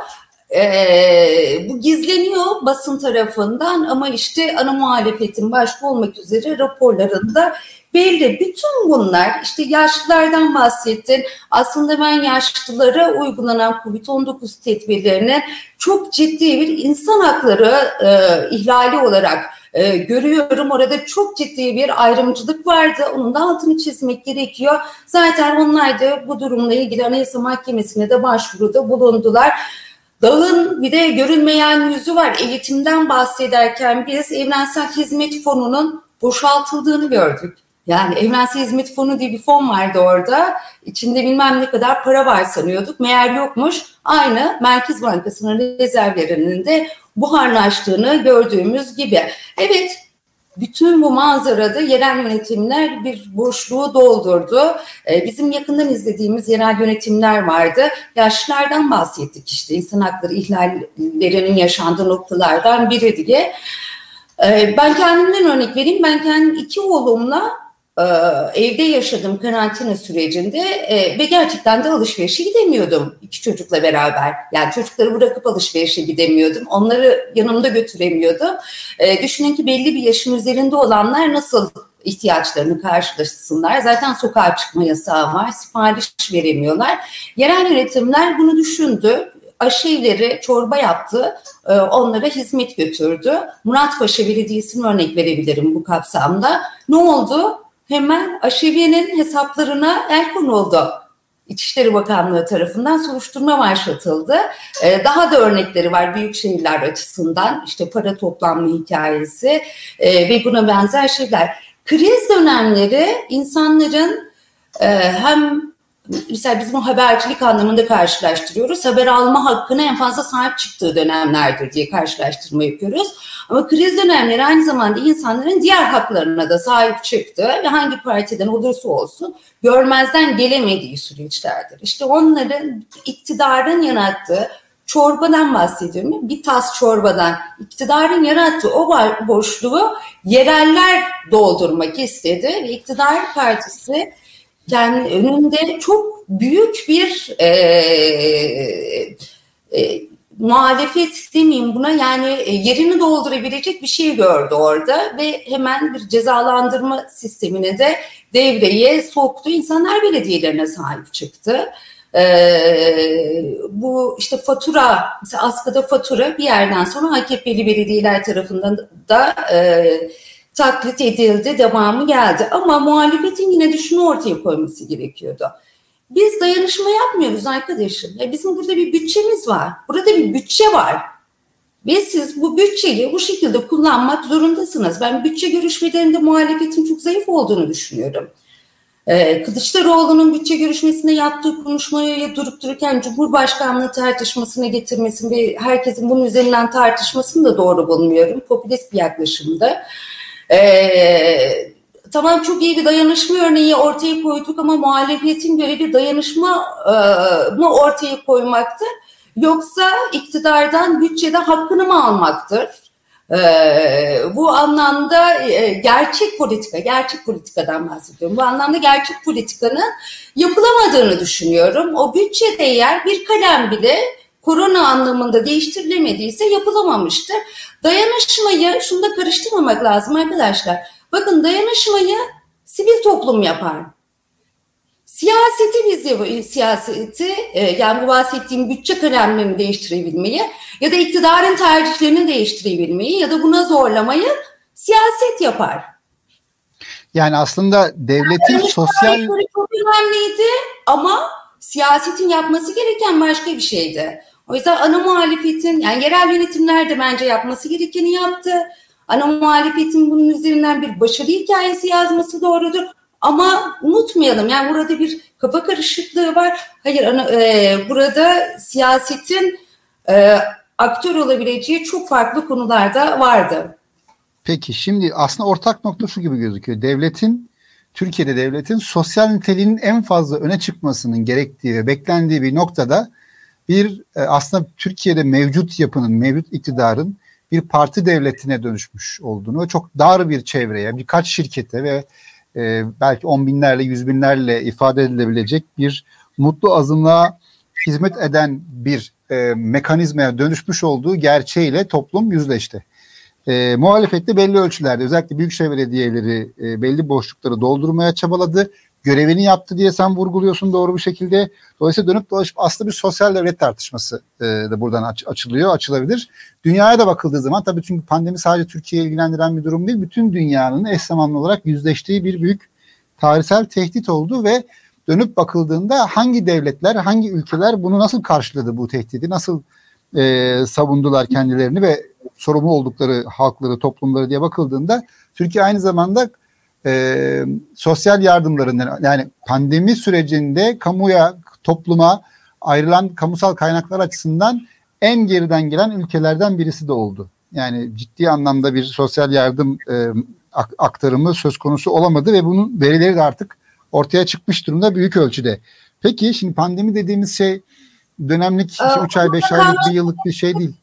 Ee, bu gizleniyor basın tarafından ama işte ana muhalefetin başta olmak üzere raporlarında belli. Bütün bunlar, işte yaşlılardan bahsettin. Aslında ben yaşlılara uygulanan kovid on dokuz tedbirlerinin çok ciddi bir insan hakları e, ihlali olarak e, görüyorum. Orada çok ciddi bir ayrımcılık vardı. Onun da altını çizmek gerekiyor. Zaten onlar da bu durumla ilgili Anayasa Mahkemesi'ne de başvuruda bulundular. Dağın bir de görünmeyen yüzü var. Eğitimden bahsederken biz Evrensel Hizmet Fonu'nun boşaltıldığını gördük. Yani Evrensel Hizmet Fonu diye bir fon vardı orada. İçinde bilmem ne kadar para var sanıyorduk. Meğer yokmuş. Aynı Merkez Bankası'nın rezervlerinin de buharlaştığını gördüğümüz gibi. Evet, bütün bu manzarada yerel yönetimler bir boşluğu doldurdu. Ee, bizim yakından izlediğimiz yerel yönetimler vardı. Yaşlılardan bahsettik, işte insan hakları ihlallerinin yaşandığı noktalardan biri diye. Ee, ben kendimden örnek vereyim. Ben kendim iki oğlumla e, evde yaşadım karantina sürecinde e, ve gerçekten de alışverişe gidemiyordum iki çocukla beraber. Yani çocukları bırakıp alışverişe gidemiyordum. Onları yanımda götüremiyordum. E, düşünün ki belli bir yaşın üzerinde olanlar nasıl ihtiyaçlarını karşılasınlar. Zaten sokağa çıkma yasağı var, sipariş veremiyorlar. Yerel yönetimler bunu düşündü. Aşı evleri çorba yaptı, onlara hizmet götürdü. Muratpaşa Belediyesi'ne örnek verebilirim bu kapsamda. Ne oldu? Hemen aşeviyenin hesaplarına el konuldu. İçişleri Bakanlığı tarafından soruşturma başlatıldı. Daha da örnekleri var büyük şehirler açısından. İşte para toplanma hikayesi ve buna benzer şeyler. Kriz dönemleri insanların hem mesela bizim o habercilik anlamında karşılaştırıyoruz. Haber alma hakkına en fazla sahip çıktığı dönemlerdir diye karşılaştırma yapıyoruz. Ama kriz dönemleri aynı zamanda insanların diğer haklarına da sahip çıktığı ve hangi partiden olursa olsun görmezden gelemediği süreçlerdir. İşte onların, iktidarın yarattığı çorbadan bahsediyorum. Bir tas çorbadan iktidarın yarattığı o boşluğu yereller doldurmak istedi ve iktidar partisi yani önünde çok büyük bir e, e, muhalefet demeyeyim buna, yani yerini doldurabilecek bir şey gördü orada ve hemen bir cezalandırma sistemine de devreye soktu. İnsanlar belediyelerine sahip çıktı. Ee, bu işte fatura, mesela askıda fatura bir yerden sonra A K P'li belediyeler tarafından da e, taklit edildi, devamı geldi. Ama muhalefetin yine de şunu ortaya koyması gerekiyordu. Biz dayanışma yapmıyoruz arkadaşım. Ya bizim burada bir bütçemiz var. Burada bir bütçe var. Ve siz bu bütçeyi bu şekilde kullanmak zorundasınız. Ben bütçe görüşmelerinde muhalefetin çok zayıf olduğunu düşünüyorum. Ee, Kılıçdaroğlu'nun bütçe görüşmesinde yaptığı konuşmayı durup dururken Cumhurbaşkanlığı tartışmasına getirmesini ve herkesin bunun üzerinden tartışmasını da doğru bulmuyorum. Popülist bir yaklaşımdı. Ee, tamam, çok iyi bir dayanışma örneği ortaya koyduk ama muhalefetin görevi dayanışma mı ortaya koymaktır? Yoksa iktidardan bütçede hakkını mı almaktır? Ee, bu anlamda e, gerçek politika, gerçek politikadan bahsediyorum. Bu anlamda gerçek politikanın yapılamadığını düşünüyorum. O bütçede eğer bir kalem bile korona anlamında değiştirilemediyse yapılamamıştır. Dayanışmayı, şunu da karıştırmamak lazım arkadaşlar. Bakın, dayanışmayı sivil toplum yapar. Siyaseti biz siyaseti yani bu bahsettiğim bütçe kalemlerini değiştirebilmeyi ya da iktidarın tercihlerini değiştirebilmeyi ya da buna zorlamayı siyaset yapar. Yani aslında devletin yani sosyal... Çok önemliydi ama siyasetin yapması gereken başka bir şeydi. O yüzden ana muhalefetin, yani yerel yönetimler de bence yapması gerekeni yaptı. Ana muhalefetin bunun üzerinden bir başarı hikayesi yazması doğrudur. Ama unutmayalım, yani burada bir kafa karışıklığı var. Hayır, ana, e, burada siyasetin e, aktör olabileceği çok farklı konularda vardı. Peki şimdi aslında ortak nokta şu gibi gözüküyor. Devletin, Türkiye'de devletin sosyal niteliğinin en fazla öne çıkmasının gerektiği ve beklendiği bir noktada bir e, aslında Türkiye'de mevcut yapının, mevcut iktidarın bir parti devletine dönüşmüş olduğunu ve çok dar bir çevreye, birkaç şirkete ve e, belki on binlerle, yüz binlerle ifade edilebilecek bir mutlu azınlığa hizmet eden bir e, mekanizmaya dönüşmüş olduğu gerçeğiyle toplum yüzleşti. E, muhalefette belli ölçülerde, özellikle büyükşehir belediyeleri e, belli boşlukları doldurmaya çabaladı. Görevini yaptı diye sen vurguluyorsun doğru bir şekilde. Dolayısıyla dönüp dolaşıp aslında bir sosyal devlet tartışması e, da buradan aç, açılıyor, açılabilir. Dünyaya da bakıldığı zaman tabii, çünkü pandemi sadece Türkiye'yi ilgilendiren bir durum değil. Bütün dünyanın eş zamanlı olarak yüzleştiği bir büyük tarihsel tehdit oldu ve dönüp bakıldığında hangi devletler, hangi ülkeler bunu nasıl karşıladı, bu tehdidi nasıl e, savundular kendilerini ve sorumlu oldukları halkları, toplumları diye bakıldığında Türkiye aynı zamanda e, sosyal yardımların, yani pandemi sürecinde kamuya, topluma ayrılan kamusal kaynaklar açısından en geriden gelen ülkelerden birisi de oldu. Yani ciddi anlamda bir sosyal yardım e, aktarımı söz konusu olamadı ve bunun verileri de artık ortaya çıkmış durumda büyük ölçüde. Peki şimdi pandemi dediğimiz şey dönemlik üç ay, beş aylık, bir yıllık bir şey değil.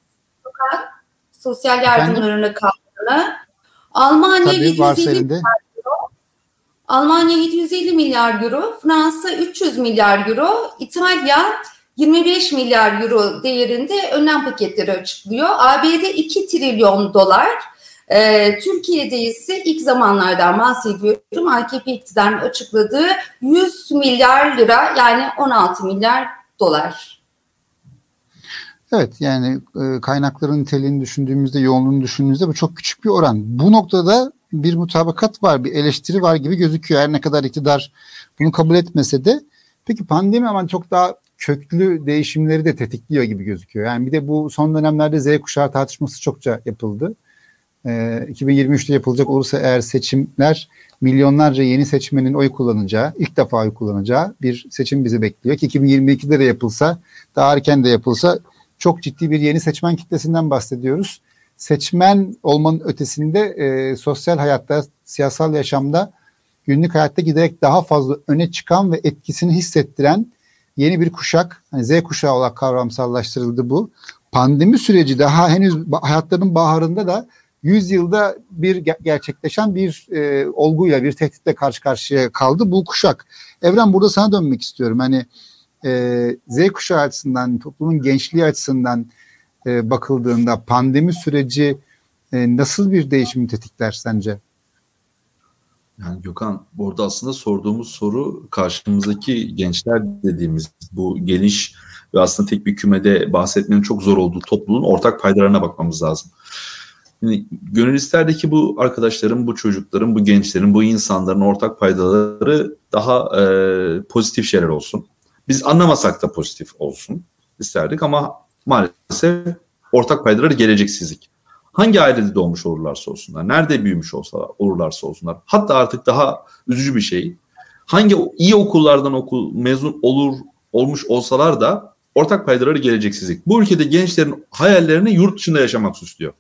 Sosyal yardımlarını kaldırdı. Almanya yedi yüz elli milyar euro, Almanya yedi yüz elli milyar euro, Fransa üç yüz milyar euro, İtalya yirmi beş milyar euro değerinde önlem paketleri açıklıyor. A B D iki trilyon dolar. Ee, Türkiye'de ise ilk zamanlardan bahsediyorum. A K P iktidarının açıkladığı yüz milyar lira, yani on altı milyar dolar. Evet, yani e, kaynakların niteliğini düşündüğümüzde, yoğunluğunu düşündüğümüzde bu çok küçük bir oran. Bu noktada bir mutabakat var, bir eleştiri var gibi gözüküyor. Her ne kadar iktidar bunu kabul etmese de. Peki pandemi ama çok daha köklü değişimleri de tetikliyor gibi gözüküyor. Yani bir de bu son dönemlerde Z kuşağı tartışması çokça yapıldı. e, iki bin yirmi üçte yapılacak olursa eğer seçimler, milyonlarca yeni seçmenin oy kullanacağı, ilk defa oy kullanacağı bir seçim bizi bekliyor ki iki bin yirmi ikide de yapılsa, daha erken de yapılsa çok ciddi bir yeni seçmen kitlesinden bahsediyoruz. Seçmen olmanın ötesinde e, sosyal hayatta, siyasal yaşamda, günlük hayatta giderek daha fazla öne çıkan ve etkisini hissettiren yeni bir kuşak, hani Z kuşağı olarak kavramsallaştırıldı bu. Pandemi süreci daha henüz hayatlarının baharında da yüz yılda bir gerçekleşen bir e, olguyla, bir tehditle karşı karşıya kaldı bu kuşak. Evren, burada sana dönmek istiyorum. Hani e, Z kuşağı açısından, toplumun gençliği açısından e, bakıldığında pandemi süreci e, nasıl bir değişimi tetikler sence? Yani Gökhan, burada aslında sorduğumuz soru, karşımızdaki gençler dediğimiz bu geniş ve aslında tek bir kümede bahsetmenin çok zor olduğu topluluğun ortak paydalarına bakmamız lazım. Yani gönül isterdi ki bu arkadaşların, bu çocukların, bu gençlerin, bu insanların ortak paydaları daha e, pozitif şeyler olsun. Biz anlamasak da pozitif olsun isterdik ama maalesef ortak paydaları geleceksizlik. Hangi ailede doğmuş olurlarsa olsunlar, nerede büyümüş olsalar, olurlarsa olsunlar, hatta artık daha üzücü bir şey, hangi iyi okullardan okul mezun olur olmuş olsalar da ortak paydaları geleceksizlik. Bu ülkede gençlerin hayallerini yurt dışında yaşamak süslüyor.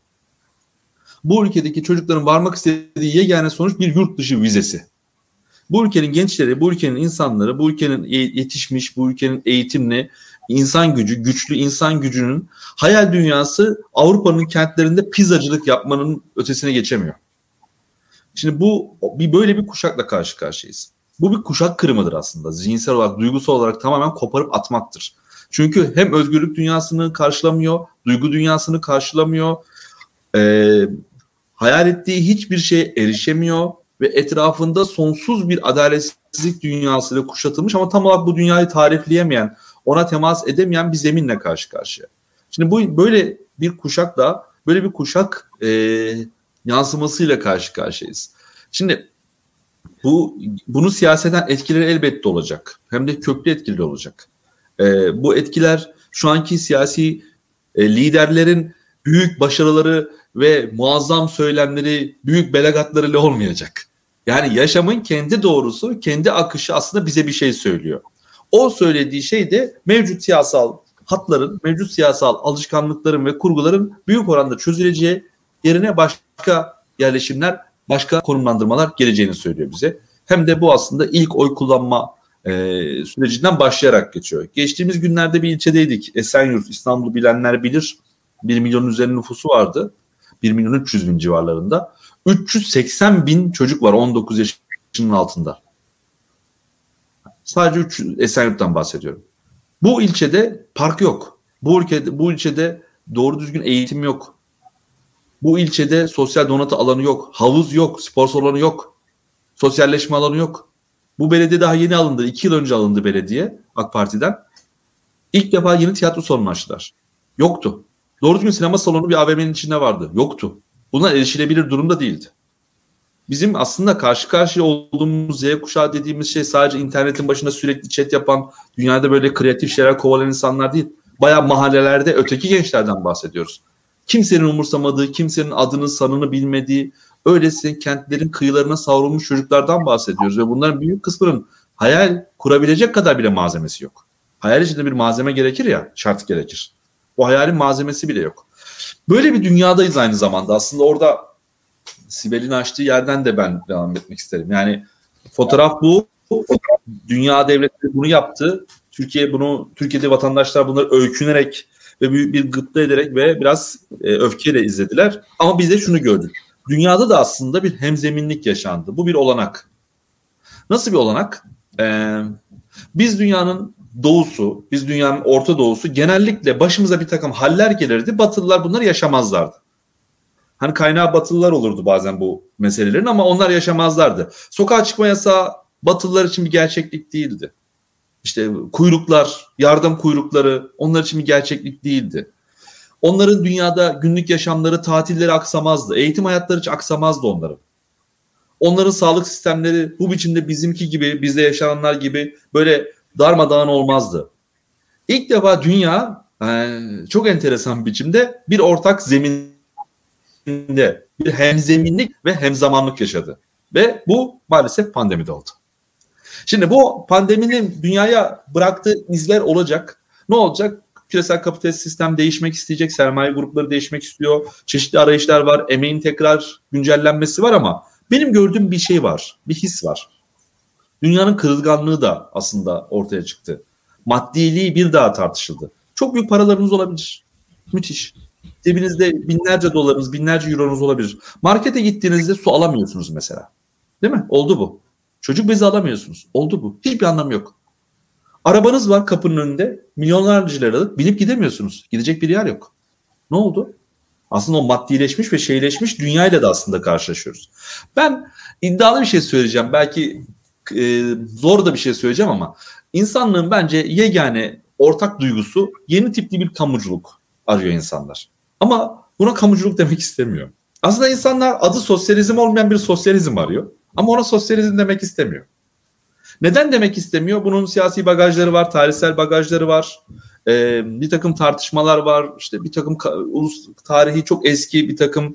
Bu ülkedeki çocukların varmak istediği yegane sonuç bir yurt dışı vizesi. Bu ülkenin gençleri, bu ülkenin insanları, bu ülkenin yetişmiş, bu ülkenin eğitimli, insan gücü, güçlü insan gücünün hayal dünyası Avrupa'nın kentlerinde pizzacılık yapmanın ötesine geçemiyor. Şimdi bu bir böyle bir kuşakla karşı karşıyayız. Bu bir kuşak kırımıdır aslında. Zihinsel olarak, duygusal olarak tamamen koparıp atmaktır. Çünkü hem özgürlük dünyasını karşılamıyor, duygu dünyasını karşılamıyor, e, hayal ettiği hiçbir şeye erişemiyor ve etrafında sonsuz bir adaletsizlik dünyasıyla kuşatılmış ama tam olarak bu dünyayı tarifleyemeyen, ona temas edemeyen bir zeminle karşı karşıya. Şimdi bu böyle bir kuşakla, böyle bir kuşak e, yansımasıyla karşı karşıyayız. Şimdi bu bunu siyaseten etkileri elbette olacak. Hem de köklü etkileri olacak. E, bu etkiler şu anki siyasi e, liderlerin büyük başarıları ve muazzam söylemleri, büyük belagatlarıyla olmayacak. Yani yaşamın kendi doğrusu, kendi akışı aslında bize bir şey söylüyor. O söylediği şey de mevcut siyasal hatların, mevcut siyasal alışkanlıkların ve kurguların büyük oranda çözüleceği, yerine başka yerleşimler, başka konumlandırmalar geleceğini söylüyor bize. Hem de bu aslında ilk oy kullanma e, sürecinden başlayarak geçiyor. Geçtiğimiz günlerde bir ilçedeydik. Esenyurt, İstanbul'u bilenler bilir. bir milyonun üzerinde nüfusu vardı. bir milyon üç yüz bin civarlarında. üç yüz seksen bin çocuk var on dokuz yaşının altında. Sadece üç yüz Esenyurt'tan bahsediyorum. Bu ilçede park yok. Bu ülkede, bu ilçede doğru düzgün eğitim yok. Bu ilçede sosyal donatı alanı yok. Havuz yok. Spor salonu yok. Sosyalleşme alanı yok. Bu belediye daha yeni alındı. iki yıl önce alındı belediye AK Parti'den. İlk defa yeni tiyatro salonu açtılar. Yoktu. Doğru düzgün sinema salonu bir A V M'nin içinde vardı. Yoktu. Bunlar erişilebilir durumda değildi. Bizim aslında karşı karşıya olduğumuz Z kuşağı dediğimiz şey sadece internetin başında sürekli chat yapan, dünyada böyle kreatif şeyler kovalayan insanlar değil. Bayağı mahallelerde öteki gençlerden bahsediyoruz. Kimsenin umursamadığı, kimsenin adını, sanını bilmediği, öylesine kentlerin kıyılarına savrulmuş çocuklardan bahsediyoruz. Ve bunların büyük kısmının hayal kurabilecek kadar bile malzemesi yok. Hayal için de bir malzeme gerekir ya, şart gerekir. O hayalin malzemesi bile yok. Böyle bir dünyadayız aynı zamanda. Aslında orada Sibel'in açtığı yerden de ben devam etmek isterim. Yani fotoğraf bu. Dünya devletleri bunu yaptı. Türkiye bunu, Türkiye'de vatandaşlar bunları öykünerek ve büyük bir gıpta ederek ve biraz e, öfkeyle izlediler. Ama biz de şunu gördük. Dünyada da aslında bir hemzeminlik yaşandı. Bu bir olanak. Nasıl bir olanak? Ee, biz dünyanın doğusu, biz dünyanın orta doğusu genellikle başımıza bir takım haller gelirdi. Batılılar bunları yaşamazlardı. Hani kaynağı Batılılar olurdu bazen bu meselelerin ama onlar yaşamazlardı. Sokağa çıkma yasağı Batılılar için bir gerçeklik değildi. İşte kuyruklar, yardım kuyrukları onlar için bir gerçeklik değildi. Onların dünyada günlük yaşamları, tatilleri aksamazdı. Eğitim hayatları hiç aksamazdı onların. Onların sağlık sistemleri bu biçimde bizimki gibi, bizde yaşananlar gibi böyle darmadağın olmazdı. İlk defa dünya e, çok enteresan bir biçimde bir ortak zemin içinde bir hemzeminlik ve hemzamanlık yaşadı. Ve bu maalesef pandemide oldu. Şimdi bu pandeminin dünyaya bıraktığı izler olacak. Ne olacak? Küresel kapitalist sistem değişmek isteyecek, sermaye grupları değişmek istiyor, çeşitli arayışlar var, emeğin tekrar güncellenmesi var ama benim gördüğüm bir şey var, bir his var. Dünyanın kırılganlığı da aslında ortaya çıktı. Maddiliği bir daha tartışıldı. Çok büyük paralarınız olabilir. Müthiş. Cebinizde binlerce dolarınız, binlerce euronuz olabilir. Markete gittiğinizde su alamıyorsunuz mesela. Değil mi? Oldu bu. Çocuk bezi alamıyorsunuz. Oldu bu. Hiçbir anlamı yok. Arabanız var kapının önünde. Milyonlarca liralık. Binip gidemiyorsunuz. Gidecek bir yer yok. Ne oldu? Aslında o maddileşmiş ve şeyleşmiş dünyayla da aslında karşılaşıyoruz. Ben iddialı bir şey söyleyeceğim. Belki e, zor da bir şey söyleyeceğim ama insanlığın bence yegane ortak duygusu yeni tipli bir kamuculuk arıyor insanlar. Ama buna kamuculuk demek istemiyor. Aslında insanlar adı sosyalizm olmayan bir sosyalizm arıyor. Ama ona sosyalizm demek istemiyor. Neden demek istemiyor? Bunun siyasi bagajları var, tarihsel bagajları var. Ee, bir takım tartışmalar var. İşte bir takım ulus tarihi çok eski bir takım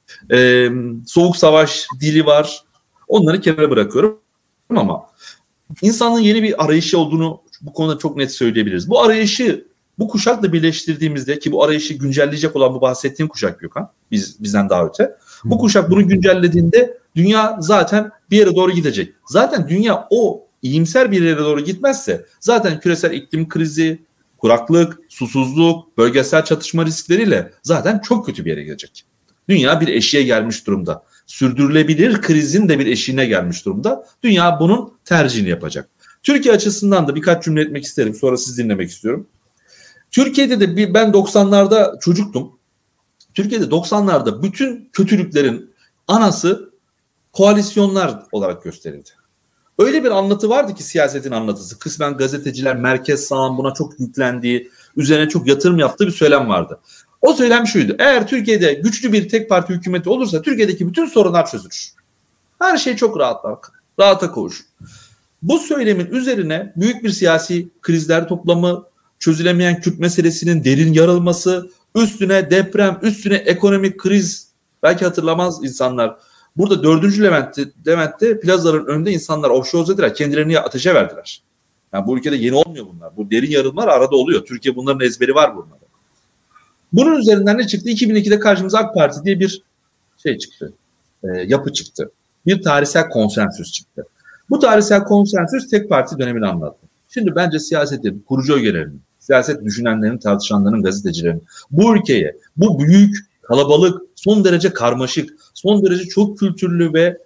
e, soğuk savaş dili var. Onları kenara bırakıyorum ama insanlığın yeni bir arayışı olduğunu bu konuda çok net söyleyebiliriz. Bu arayışı bu kuşakla birleştirdiğimizde ki bu arayışı güncelleyecek olan bu bahsettiğim kuşak Gökhan, biz bizden daha öte. Bu kuşak bunu güncellediğinde dünya zaten bir yere doğru gidecek. Zaten dünya o iyimser bir yere doğru gitmezse zaten küresel iklim krizi, kuraklık, susuzluk, bölgesel çatışma riskleriyle zaten çok kötü bir yere gelecek. Dünya bir eşiğe gelmiş durumda. Sürdürülebilir krizin de bir eşiğine gelmiş durumda. Dünya bunun tercihini yapacak. Türkiye açısından da birkaç cümle etmek isterim. Sonra siz dinlemek istiyorum. Türkiye'de de bir, ben doksanlarda çocuktum. Türkiye'de doksanlarda bütün kötülüklerin anası koalisyonlar olarak gösterildi. Öyle bir anlatı vardı ki siyasetin anlatısı. Kısmen gazeteciler, merkez sağın buna çok yüklendiği, üzerine çok yatırım yaptığı bir söylem vardı. O söylem şuydu. Eğer Türkiye'de güçlü bir tek parti hükümeti olursa Türkiye'deki bütün sorunlar çözülür. Her şey çok rahatlar, rahata kavuşur. Bu söylemin üzerine büyük bir siyasi krizler toplamı, çözülemeyen Kürt meselesinin derin yarılması, üstüne deprem, üstüne ekonomik kriz, belki hatırlamaz insanlar. Burada dördüncü Levent'te, Levent'te plazaların önünde insanlar offshore dediler, kendilerini ateşe verdiler. Yani bu ülkede yeni olmuyor bunlar. Bu derin yarılmalar arada oluyor. Türkiye bunların ezberi var bunlarda. Bunun üzerinden ne çıktı? iki bin ikide karşımıza AK Parti diye bir şey çıktı. E, yapı çıktı. Bir tarihsel konsensüs çıktı. Bu tarihsel konsensüs tek parti dönemini anlattı. Şimdi bence siyasetin kurucu ögelerinin, siyaset düşünenlerin, tartışanların, gazetecilerin bu ülkeye, bu büyük, kalabalık, son derece karmaşık, son derece çok kültürlü ve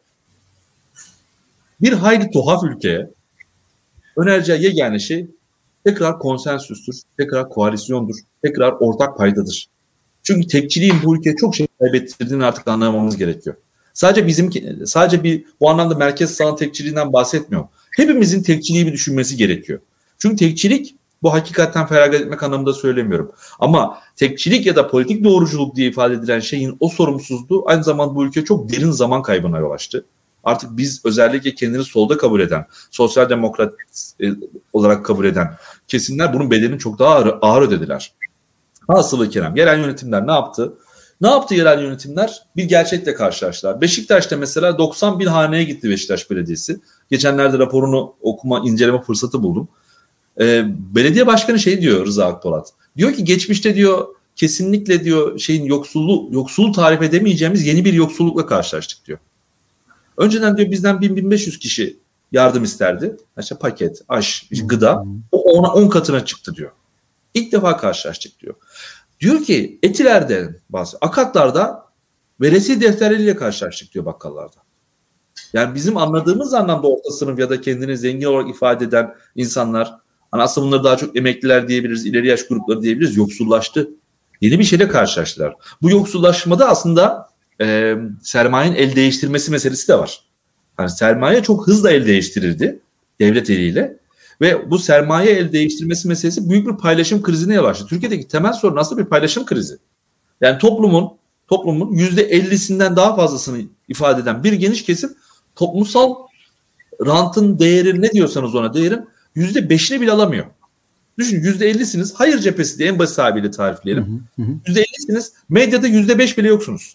bir hayli tuhaf ülkeye önereceği yegane şey tekrar konsensüstür, tekrar koalisyondur, tekrar ortak paydadır. Çünkü tekçiliğin bu ülkeye çok şey kaybettirdiğini artık anlamamız gerekiyor. Sadece bizim, sadece bir bu anlamda merkez sağın tekçiliğinden bahsetmiyorum. Hepimizin tekçiliği bir düşünmesi gerekiyor. Çünkü tekçilik, bu hakikaten feragat etmek anlamında söylemiyorum. Ama tekçilik ya da politik doğruculuk diye ifade edilen şeyin o sorumsuzluğu aynı zamanda bu ülke çok derin zaman kaybına yol açtı. Artık biz özellikle kendini solda kabul eden, sosyal demokrat e, olarak kabul eden kesimler bunun bedelini çok daha ağır, ağır ödediler. Hasılı Kerem, yerel yönetimler ne yaptı? Ne yaptı yerel yönetimler? Bir gerçekle karşılaştılar. Beşiktaş'ta mesela doksan bin haneye gitti Beşiktaş Belediyesi. Geçenlerde raporunu okuma, inceleme fırsatı buldum. Ee, belediye başkanı şey diyor, Rıza Akpolat. Diyor ki geçmişte diyor kesinlikle diyor şeyin yoksulluğu, yoksulluğu tarif edemeyeceğimiz yeni bir yoksullukla karşılaştık diyor. Önceden diyor bizden bin bin beş yüz kişi yardım isterdi. İşte paket, aş, işte gıda. O ona on katına çıktı diyor. İlk defa karşılaştık diyor. Diyor ki Etiler'de bazı Akatlar'da veresi defterleriyle karşılaştık diyor bakkallarda. Yani bizim anladığımız anlamda orta sınıf ya da kendini zengin olarak ifade eden insanlar, hani aslında bunları daha çok emekliler diyebiliriz, ileri yaş grupları diyebiliriz, yoksullaştı. Yeni bir şeyle karşılaştılar. Bu yoksullaşmada aslında e, sermayenin el değiştirmesi meselesi de var. Yani sermaye çok hızla el değiştirirdi devlet eliyle. Ve bu sermaye el değiştirmesi meselesi büyük bir paylaşım krizine yol açtı. Türkiye'deki temel sorun aslında bir paylaşım krizi. Yani toplumun toplumun yüzde ellisinden daha fazlasını ifade eden bir geniş kesim toplumsal rantın değeri, ne diyorsanız ona değerin yüzde beşini bile alamıyor. Düşünün, yüzde ellisiniz hayır cephesi diye en basit haliyle tarifleyelim. Yüzde ellisiniz medyada yüzde beş bile yoksunuz.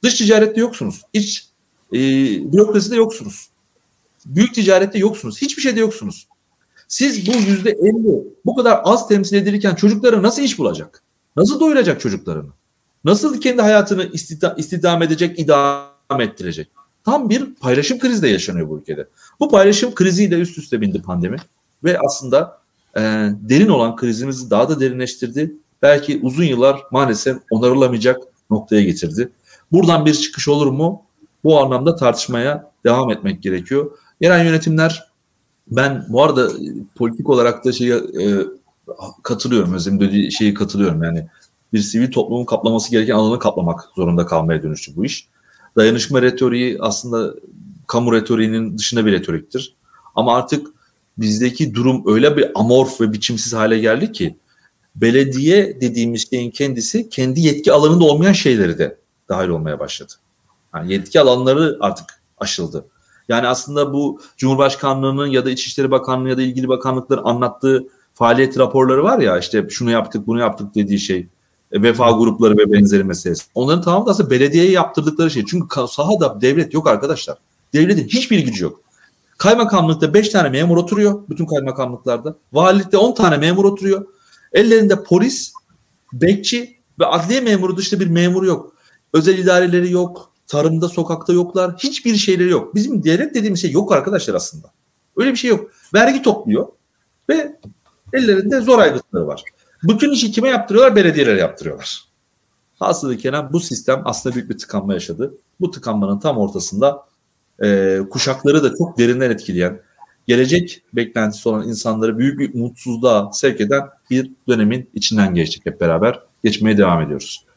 Dış ticarette yoksunuz. İç e, bürokraside yoksunuz. Büyük ticarette yoksunuz. Hiçbir şeyde yoksunuz. Siz bu yüzde elli bu kadar az temsil edilirken çocukları nasıl iş bulacak? Nasıl doyuracak çocuklarını? Nasıl kendi hayatını istida- istihdam edecek, idame ettirecek? Tam bir paylaşım krizi de yaşanıyor bu ülkede. Bu paylaşım kriziyle üst üste bindi pandemi ve aslında e, derin olan krizimizi daha da derinleştirdi. Belki uzun yıllar maalesef onarılamayacak noktaya getirdi. Buradan bir çıkış olur mu? Bu anlamda tartışmaya devam etmek gerekiyor. Yerel yönetimler, ben bu arada politik olarak da şeye e, katılıyorum. Özlem'in dediği şeye katılıyorum. Yani bir sivil toplumun kaplaması gereken alanı kaplamak zorunda kalmaya dönüştü bu iş. Dayanışma retoriği aslında kamu retoriğinin dışında bir retoriktir. Ama artık bizdeki durum öyle bir amorf ve biçimsiz hale geldi ki belediye dediğimiz şeyin kendisi kendi yetki alanında olmayan şeyleri de dahil olmaya başladı. Yani yetki alanları artık aşıldı. Yani aslında bu Cumhurbaşkanlığı'nın ya da İçişleri Bakanlığı ya da ilgili bakanlıkların anlattığı faaliyet raporları var ya, işte şunu yaptık bunu yaptık dediği şey, vefa grupları ve benzeri meselesi. Onların tamamı da aslında belediyeye yaptırdıkları şey. Çünkü sahada devlet yok arkadaşlar. Devletin hiçbir gücü yok. Kaymakamlıkta beş tane memur oturuyor. Bütün kaymakamlıklarda. Valilikte on tane memur oturuyor. Ellerinde polis, bekçi ve adliye memuru dışında bir memur yok. Özel idareleri yok. Tarımda, sokakta yoklar. Hiçbir şeyleri yok. Bizim devlet dediğimiz şey yok arkadaşlar aslında. Öyle bir şey yok. Vergi topluyor ve ellerinde zor aygıtları var. Bütün işi kime yaptırıyorlar? Belediyelere yaptırıyorlar. Hasılı kelam bu sistem aslında büyük bir tıkanma yaşadı. Bu tıkanmanın tam ortasında e, kuşakları da çok derinden etkileyen, gelecek beklentisi olan insanları büyük bir umutsuzluğa sevk eden bir dönemin içinden geçtik hep beraber. Geçmeye devam ediyoruz.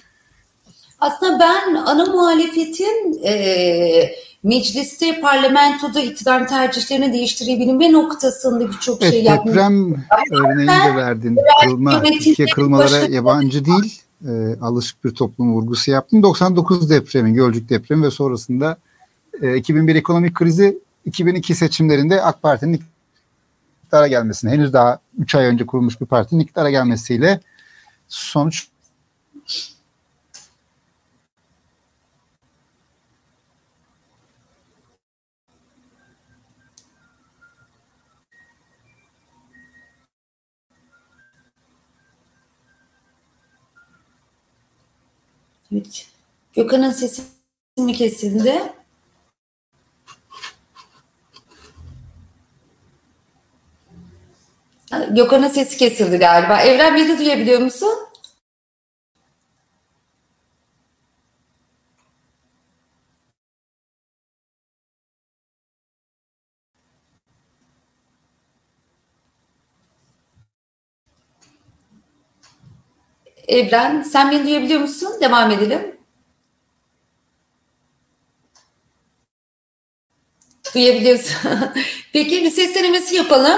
Aslında ben ana muhalefetin e, mecliste, parlamentoda iktidar tercihlerini değiştirebilme noktasında birçok evet, şey yapmış. Deprem örneğini de verdin. Kırılma, Türkiye kırılmalara yabancı değil, e, alışık bir toplum vurgusu yaptın. doksan dokuz depremi, Gölcük depremi ve sonrasında e, iki bin bir ekonomik krizi, iki bin iki seçimlerinde AK Parti'nin iktidara gelmesine, henüz daha üç ay önce kurulmuş bir partinin iktidara gelmesiyle sonuç. Evet. Gökhan'ın sesi mi kesildi? Gökhan'ın sesi kesildi galiba. Evren, beni duyabiliyor musun? Evren, sen beni duyabiliyor musun? Devam edelim. Duyabiliyorsun. Peki bir ses denemesi yapalım.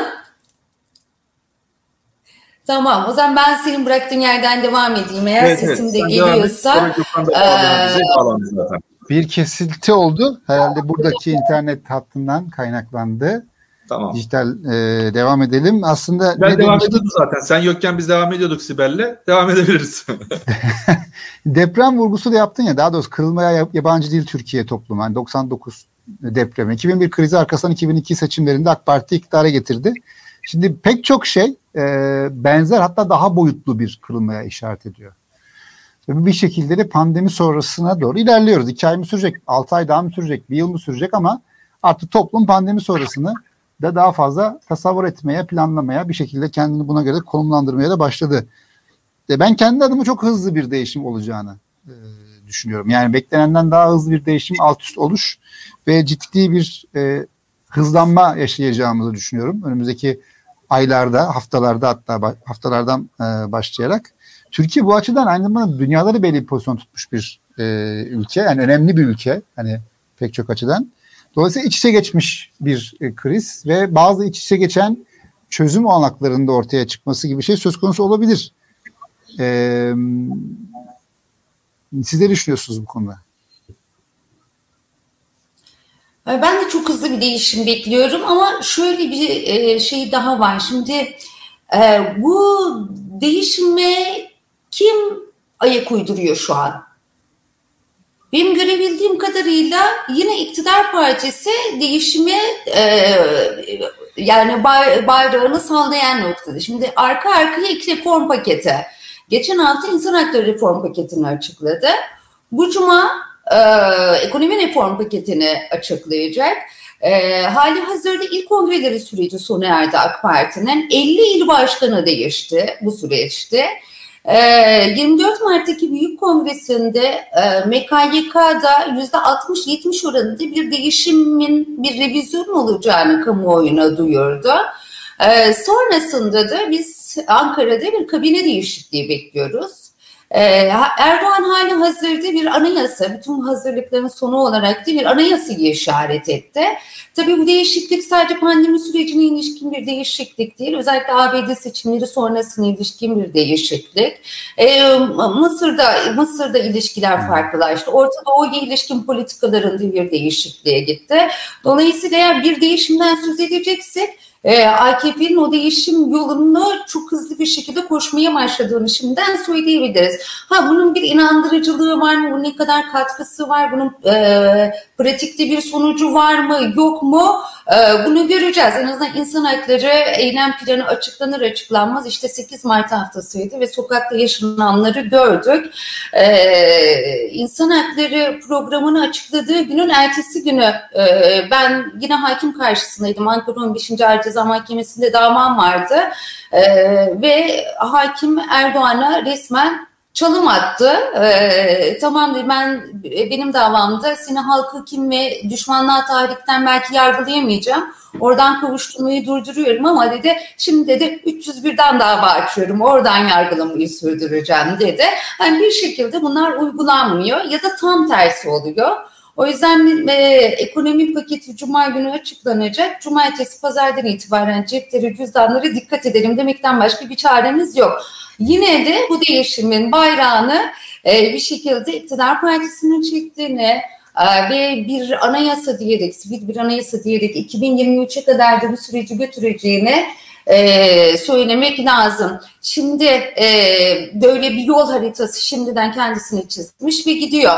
Tamam, o zaman ben senin bıraktığın yerden devam edeyim. Eğer evet, sesim evet. de geliyorsa. Ee, bir kesinti oldu. Herhalde buradaki internet hattından kaynaklandı. Tamam. Dijital e, devam edelim. Aslında ben devam ediyordum zaten. Sen yokken biz devam ediyorduk Sibel'le. Devam edebiliriz. Deprem vurgusu da yaptın ya. Daha doğrusu kırılmaya yabancı değil Türkiye toplumu. Yani doksan dokuz depremi. iki bin bir krizi arkasından iki bin iki seçimlerinde AK Parti iktidara getirdi. Şimdi pek çok şey e, benzer, hatta daha boyutlu bir kırılmaya işaret ediyor. Ve bir şekilde de pandemi sonrasına doğru ilerliyoruz. İki ay mı sürecek, altı ay daha mı sürecek, bir yıl mı sürecek, ama artık toplum pandemi sonrasını da daha fazla tasavvur etmeye, planlamaya, bir şekilde kendini buna göre konumlandırmaya da başladı. E, ben kendi adıma çok hızlı bir değişim olacağını e, düşünüyorum. Yani beklenenden daha hızlı bir değişim, alt üst oluş ve ciddi bir e, hızlanma yaşayacağımızı düşünüyorum. Önümüzdeki aylarda, haftalarda, hatta haftalardan e, başlayarak. Türkiye bu açıdan aynı zamanda dünyada da belli bir pozisyon tutmuş bir e, ülke. Yani önemli bir ülke. Hani pek çok açıdan. Dolayısıyla iç içe geçmiş bir e, kriz ve bazı iç içe geçen çözüm olanaklarının da ortaya çıkması gibi bir şey söz konusu olabilir. E, siz ne düşünüyorsunuz bu konuda? Ben de çok hızlı bir değişim bekliyorum ama şöyle bir şey daha var. Şimdi bu değişime kim ayak uyduruyor şu an? Benim görebildiğim kadarıyla yine iktidar partisi değişime e, yani bay, bayrağını sallayan noktada. Şimdi arka arkaya iki reform paketi. Geçen hafta insan hakları reform paketini açıkladı. Bu cuma e, ekonomi reform paketini açıklayacak. E, hali hazırda il kongreleri süreci sona erdi AK Parti'nin. elli il başkanı değişti bu süreçte. yirmi dört Mart'taki Büyük Kongresi'nde M K Y K'da yüzde altmış yetmiş oranında bir değişimin, bir revizyon olacağını kamuoyuna duyurdu. Sonrasında da biz Ankara'da bir kabine değişikliği bekliyoruz. Erdoğan hali hazırda bir anayasa, bütün hazırlıkların sonu olarak da bir anayasayı işaret etti. Tabii bu değişiklik sadece pandemi sürecine ilişkin bir değişiklik değil. Özellikle A B D seçimleri sonrasına ilişkin bir değişiklik. Ee, Mısır'da Mısır'da ilişkiler farklılaştı. Orta Doğu'ya ilişkin politikalarında bir değişikliğe gitti. Dolayısıyla eğer bir değişimden söz edeceksek, A K P'nin o değişim yolunu çok hızlı bir şekilde koşmaya başladığını şimdiden söyleyebiliriz. Ha, bunun bir inandırıcılığı var mı? Bunun ne kadar katkısı var? Bunun e, pratikte bir sonucu var mı? Yok mu? E, bunu göreceğiz. En azından insan hakları eylem planı açıklanır açıklanmaz. İşte sekiz Mart haftasıydı ve sokakta yaşananları gördük. E, insan hakları programını açıkladığı günün ertesi günü e, ben yine hakim karşısındaydım. Ankara on beşinci Ağır Ceza Mahkemesi'nde davam vardı ee, ve hakim Erdoğan'a resmen çalım attı. Ee, tamam dedi, ben benim davamda seni halkı kim ve düşmanlığa tahrikten belki yargılayamayacağım. Oradan kovuşturmayı durduruyorum ama dedi şimdi dedi üç yüz birden dava açıyorum. Oradan yargılamayı sürdüreceğim dedi. Yani bir şekilde bunlar uygulanmıyor ya da tam tersi oluyor. O yüzden e, ekonomi paketi Cuma günü açıklanacak. Cumartesi, pazardan itibaren cepleri, cüzdanları dikkat edelim demekten başka bir çaremiz yok. Yine de bu değişimin bayrağını e, bir şekilde iktidar partisinin çektiğini e, ve bir anayasa diyerek, sivil bir anayasa diyerek iki bin yirmi üçe kadar da bu süreci götüreceğini e, söylemek lazım. Şimdi e, böyle bir yol haritası şimdiden kendisini çizmiş ve gidiyor.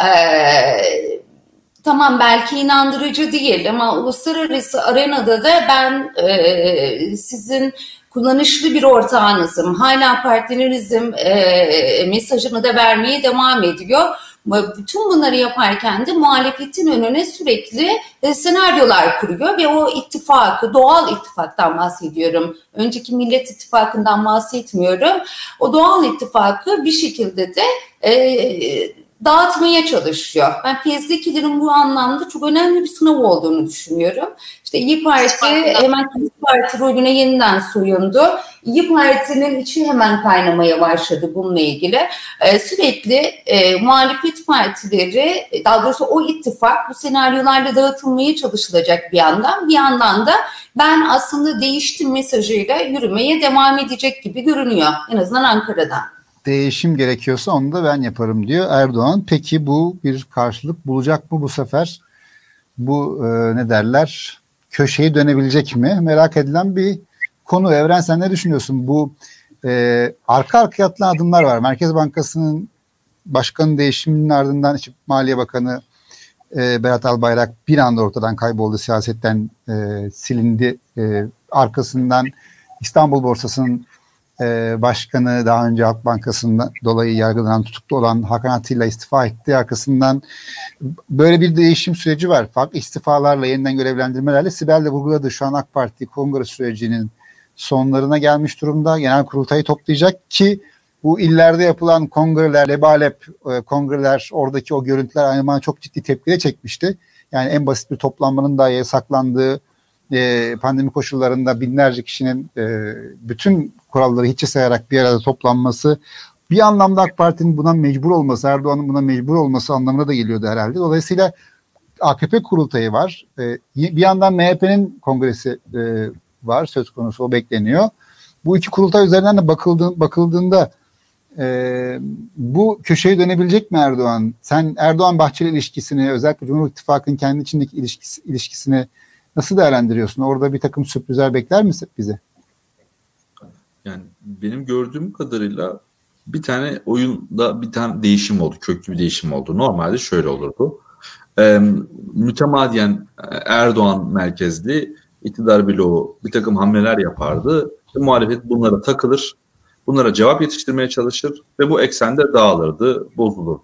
Ee, tamam belki inandırıcı değil ama uluslararası arenada da ben e, sizin kullanışlı bir ortağınızım, hala partnerizm e, mesajını da vermeye devam ediyor. Bütün bunları yaparken de muhalefetin önüne sürekli e, senaryolar kuruyor ve o ittifakı, doğal ittifaktan bahsediyorum. Önceki Millet İttifakı'ndan bahsetmiyorum. O doğal ittifakı bir şekilde de e, dağıtmaya çalışıyor. Ben Fezlekilerin bu anlamda çok önemli bir sınav olduğunu düşünüyorum. İşte İYİ Parti hemen İYİ Parti rolüne yeniden soyundu. İYİ Parti'nin içi hemen kaynamaya başladı bununla ilgili. Ee, sürekli e, muhalefet partileri, daha doğrusu o ittifak bu senaryolarla dağıtılmaya çalışılacak bir yandan. Bir yandan da ben aslında değiştim mesajıyla yürümeye devam edecek gibi görünüyor. En azından Ankara'dan. Değişim gerekiyorsa onu da ben yaparım diyor Erdoğan. Peki bu bir karşılık bulacak mı bu sefer? Bu e, ne derler? Köşeyi dönebilecek mi? Merak edilen bir konu. Evren sen ne düşünüyorsun? Bu e, arka arkaya atılan adımlar var. Merkez Bankası'nın başkanı değişiminin ardından işte Maliye Bakanı e, Berat Albayrak bir anda ortadan kayboldu. Siyasetten e, silindi. E, arkasından İstanbul Borsası'nın Başkanı daha önce Halk Bankası'ndan dolayı yargılanan tutuklu olan Hakan Atilla istifa etti. Arkasından böyle bir değişim süreci var. Farklı istifalarla, yeniden görevlendirmelerle Sibel de vurguladı. Şu an AK Parti kongre sürecinin sonlarına gelmiş durumda. Genel kurultayı toplayacak ki bu illerde yapılan kongreler, lebalep kongreler, oradaki o görüntüler aynı zamanda çok ciddi tepkiyle çekmişti. Yani en basit bir toplanmanın dahi yasaklandığı pandemi koşullarında binlerce kişinin bütün kuralları hiçe sayarak bir arada toplanması, bir anlamda AK Parti'nin buna mecbur olması, Erdoğan'ın buna mecbur olması anlamına da geliyordu herhalde. Dolayısıyla A K P kurultayı var. Bir yandan M H P'nin kongresi var, söz konusu, o bekleniyor. Bu iki kurultay üzerinden de bakıldığında, bakıldığında bu köşeye dönebilecek mi Erdoğan? Sen Erdoğan-Bahçeli ilişkisini, özellikle Cumhur İttifakı'nın kendi içindeki ilişkisi, ilişkisini nasıl değerlendiriyorsun? Orada bir takım sürprizler bekler misin bize? Yani benim gördüğüm kadarıyla bir tane oyunda bir tane değişim oldu. Köklü bir değişim oldu. Normalde şöyle olurdu. Ee, mütemadiyen Erdoğan merkezli iktidar bloğu bir takım hamleler yapardı. Muhalefet bunlara takılır. Bunlara cevap yetiştirmeye çalışır ve bu eksende dağılırdı, bozulurdu.